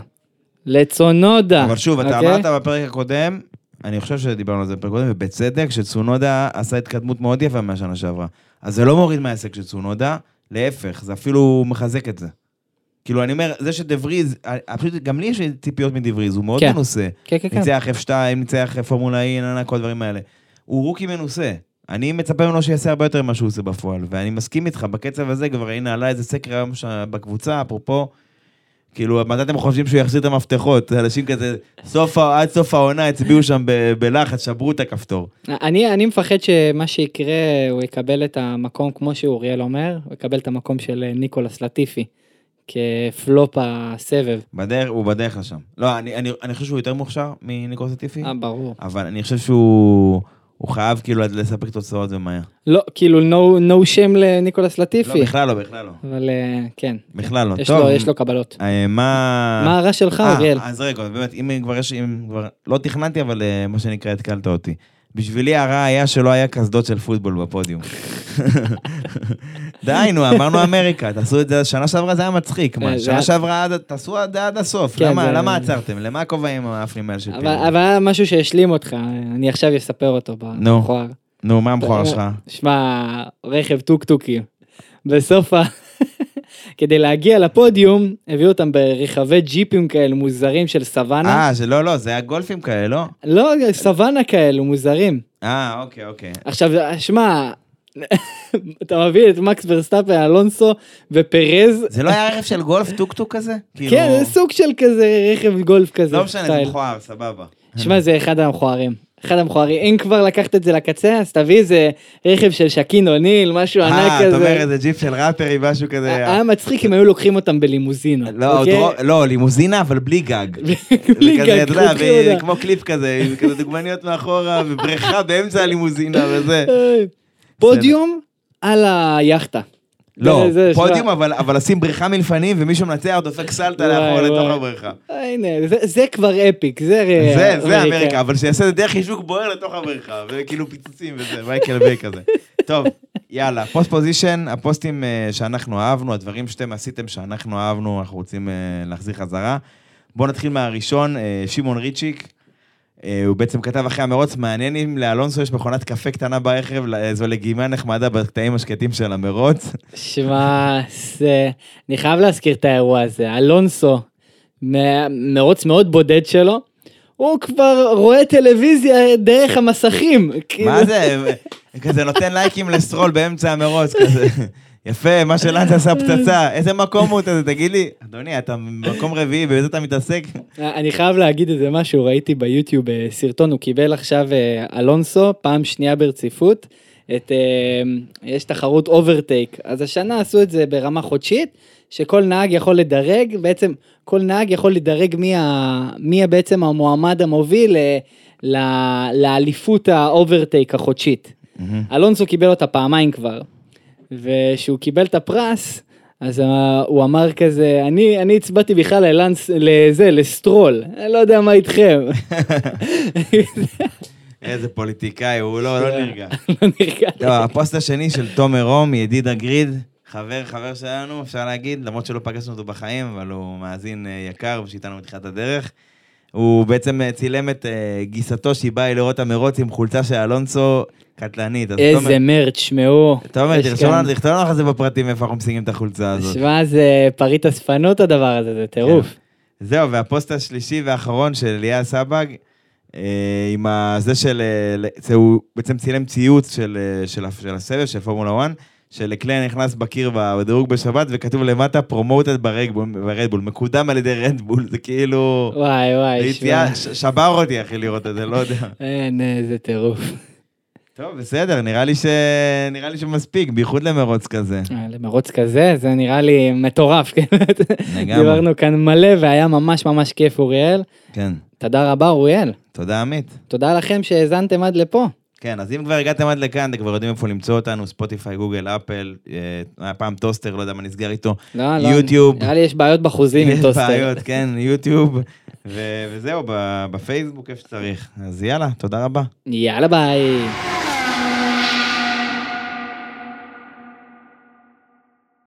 Speaker 3: לצונודה.
Speaker 4: אבל שוב, אתה
Speaker 3: אוקיי?
Speaker 4: אמרת בפרק הקודם, אני חושב שדיברנו על זה בפרק הקודם, ובצדק, שצונודה עשה התקדמות מאוד יפה מהשנה שעברה. אז זה לא מוריד מהעסק של צונודה, להפך, זה אפילו מחזק את זה. כאילו, אני אומר, זה שדבריז, פשוט גם לי יש ציפיות מדבריז, הוא מאוד
Speaker 3: כן.
Speaker 4: מנוסה.
Speaker 3: כן, כן, כן.
Speaker 4: ניצח אף שתיים, ניצח פורמולה אי, ננה, כל הדברים האלה. הוא רוקי מנוסה. אני מצפה ממנו שיעשה הרבה יותר ממה שהוא עושה בפועל, ואני מסכים איתך, בקצב הזה כבר הנה עלה איזה סקר היום בקבוצה, אפרופו, כאילו, מתי אתם חושבים שהוא יחזיר את המפתחות? אנשים כזה, סוף, עד סוף העונה הצביעו שם ב- בלחץ, שברו את הכפתור.
Speaker 3: אני, אני מפחד שמה שיקרה, הוא יקבל את המקום, כמו שאוריאל אומר, הוא יקבל את המקום של ניקולס לטיפי, כפלופ הסבב.
Speaker 4: בדרך, הוא בדרך לשם. לא, אני, אני, אני חושב שהוא יותר מוכשר מניקולס לטיפי,
Speaker 3: אה, ברור.
Speaker 4: אבל אני חושב שהוא הוא חייב כאילו לספק תוצאות ומהר.
Speaker 3: לא, כאילו, no, no shame לניקולס לטיפי.
Speaker 4: לא, בכלל לא, בכלל לא.
Speaker 3: אבל כן.
Speaker 4: בכלל לא.
Speaker 3: יש
Speaker 4: טוב.
Speaker 3: לו, יש לו קבלות.
Speaker 4: אה, מה...
Speaker 3: מה הרע שלך,
Speaker 4: אה,
Speaker 3: אוריאל?
Speaker 4: אז רגע, באמת, אם כבר יש, אם כבר, לא תכננתי, אבל אה, מה שנקרא, התקלת אותי. בשבילי הרע היה שלא היה קסדות של פוטבול בפודיום. די, נו, אמרנו אמריקה, תעשו את זה, שנה שעברה זה היה מצחיק, מה? שנה שעברה, תעשו את זה עד הסוף. למה עצרתם? למה הכובעים האפלים האלה של פירו?
Speaker 3: אבל היה משהו שהשלים אותך, אני עכשיו אספר אותו במכוער.
Speaker 4: נו, מה המכוער שלך?
Speaker 3: שמע, רכב טוק-טוקים. בסוף ה... כדי להגיע לפודיום, הביאו אותם ברכבי ג'יפים כאלה מוזרים של סוואנה.
Speaker 4: אה, לא, לא, זה היה גולפים כאלה, לא?
Speaker 3: לא, סוואנה כאלו מוזרים.
Speaker 4: אה, אוקיי, אוקיי.
Speaker 3: עכשיו, שמע, אתה מביא את מקס ורסטאפן, אלונסו ופרז.
Speaker 4: זה לא היה רכב של גולף טוק-טוק כזה?
Speaker 3: כן, זה סוג של כזה רכב גולף כזה.
Speaker 4: לא משנה, זה מכוער, סבבה.
Speaker 3: שמע, זה אחד המכוערים. אחד המכוערים. אם כבר לקחת את זה לקצה, אז תביא איזה רכב של שקין אוניל, משהו ענק כזה.
Speaker 4: אה, אתה אומר איזה ג'יפ של ראפרי, משהו כזה.
Speaker 3: היה מצחיק אם היו לוקחים אותם בלימוזינה.
Speaker 4: לא, לימוזינה, אבל בלי גג.
Speaker 3: בלי גג,
Speaker 4: כמו קליפ כזה, עם כזה דוגמניות מאחורה, ובריכה באמצע הלימוזינה וזה.
Speaker 3: פודיום על היאכטה.
Speaker 4: לא, פודיום, אבל לשים בריכה מלפנים, ומישהו מנצח, דופק סלטה לאחור לתוך הבריכה.
Speaker 3: הנה, זה כבר אפיק, זה
Speaker 4: זה אמריקה, אבל שיעשה את דרך חישוק בוער לתוך הבריכה, וכאילו פיצוצים וזה, וייקל ביי כזה. טוב, יאללה, פוסט פוזישן, הפוסטים שאנחנו אהבנו, הדברים שאתם עשיתם שאנחנו אהבנו, אנחנו רוצים להחזיר חזרה. בואו נתחיל מהראשון, שמעון ריצ'יק, הוא בעצם כתב אחרי המרוץ, מעניין אם לאלונסו יש מכונת קפה קטנה ברכב, זו לגימה נחמדה בקטעים השקטים של המרוץ.
Speaker 3: שמע, אני חייב להזכיר את האירוע הזה, אלונסו, מרוץ מאוד בודד שלו, הוא כבר רואה טלוויזיה דרך המסכים.
Speaker 4: מה זה? כזה נותן לייקים לסטרול באמצע המרוץ, כזה. יפה, מה שלנס עשה פצצה, איזה מקום הוא, תגיד לי, אדוני, אתה מקום רביעי, ובאיזה אתה מתעסק?
Speaker 3: אני חייב להגיד איזה משהו, ראיתי ביוטיוב סרטון, הוא קיבל עכשיו אלונסו, פעם שנייה ברציפות, את, יש תחרות אוברטייק, אז השנה עשו את זה ברמה חודשית, שכל נהג יכול לדרג, בעצם כל נהג יכול לדרג מי, ה, מי בעצם המועמד המוביל ל, לאליפות האוברטייק החודשית. אלונסו קיבל אותה פעמיים כבר. ושהוא קיבל את הפרס, אז הוא אמר כזה, אני, אני הצבעתי בכלל ללנס, לזה, לסטרול, אני לא יודע מה איתכם.
Speaker 4: איזה פוליטיקאי, הוא לא, לא נרגע.
Speaker 3: לא נרגע.
Speaker 4: טוב, הפוסט השני של תומר רום, ידיד הגריד, חבר, חבר שלנו, אפשר להגיד, למרות שלא פגשנו אותו בחיים, אבל הוא מאזין יקר, ושאיתנו מתחילת הדרך. הוא בעצם צילם את uh, גיסתו שהיא באה לראות המרוץ עם חולצה של אלונסו קטלנית.
Speaker 3: איזה מרץ, שמעו.
Speaker 4: תומר, תכתוב לנו לך זה בפרטים איפה אנחנו משיגים את החולצה הזאת.
Speaker 3: שמע, זה פריט הספנות הדבר הזה, זה טירוף.
Speaker 4: זהו, והפוסט השלישי והאחרון של אליה סבג, עם זה של, הוא בעצם צילם ציוץ של הסבב, של פורמולה אחת, שלקליין נכנס בקיר בדירוג בשבת, וכתוב למטה פרומוטד ברדבול, מקודם על ידי רדבול, זה כאילו...
Speaker 3: וואי וואי,
Speaker 4: שמע. שבר אותי אחי לראות את זה, לא יודע.
Speaker 3: אין, זה טירוף.
Speaker 4: טוב, בסדר, נראה לי, ש... נראה לי שמספיק, בייחוד למרוץ כזה.
Speaker 3: למרוץ כזה, זה נראה לי מטורף, כן?
Speaker 4: לגמרי.
Speaker 3: דיברנו כאן מלא, והיה ממש ממש כיף, אוריאל.
Speaker 4: כן.
Speaker 3: תודה רבה, אוריאל.
Speaker 4: תודה, עמית.
Speaker 3: תודה לכם שהאזנתם עד לפה.
Speaker 4: כן, אז אם כבר הגעתם עד לכאן, אתם כבר יודעים איפה למצוא אותנו, ספוטיפיי, גוגל, אפל, היה פעם טוסטר, לא יודע מה נסגר איתו,
Speaker 3: לא, לא,
Speaker 4: יוטיוב.
Speaker 3: נראה לי יש בעיות בחוזים עם טוסטר.
Speaker 4: יש בעיות, כן, יוטיוב, וזהו, בפייסבוק איפה שצריך. אז יאללה, תודה רבה.
Speaker 3: יאללה ביי.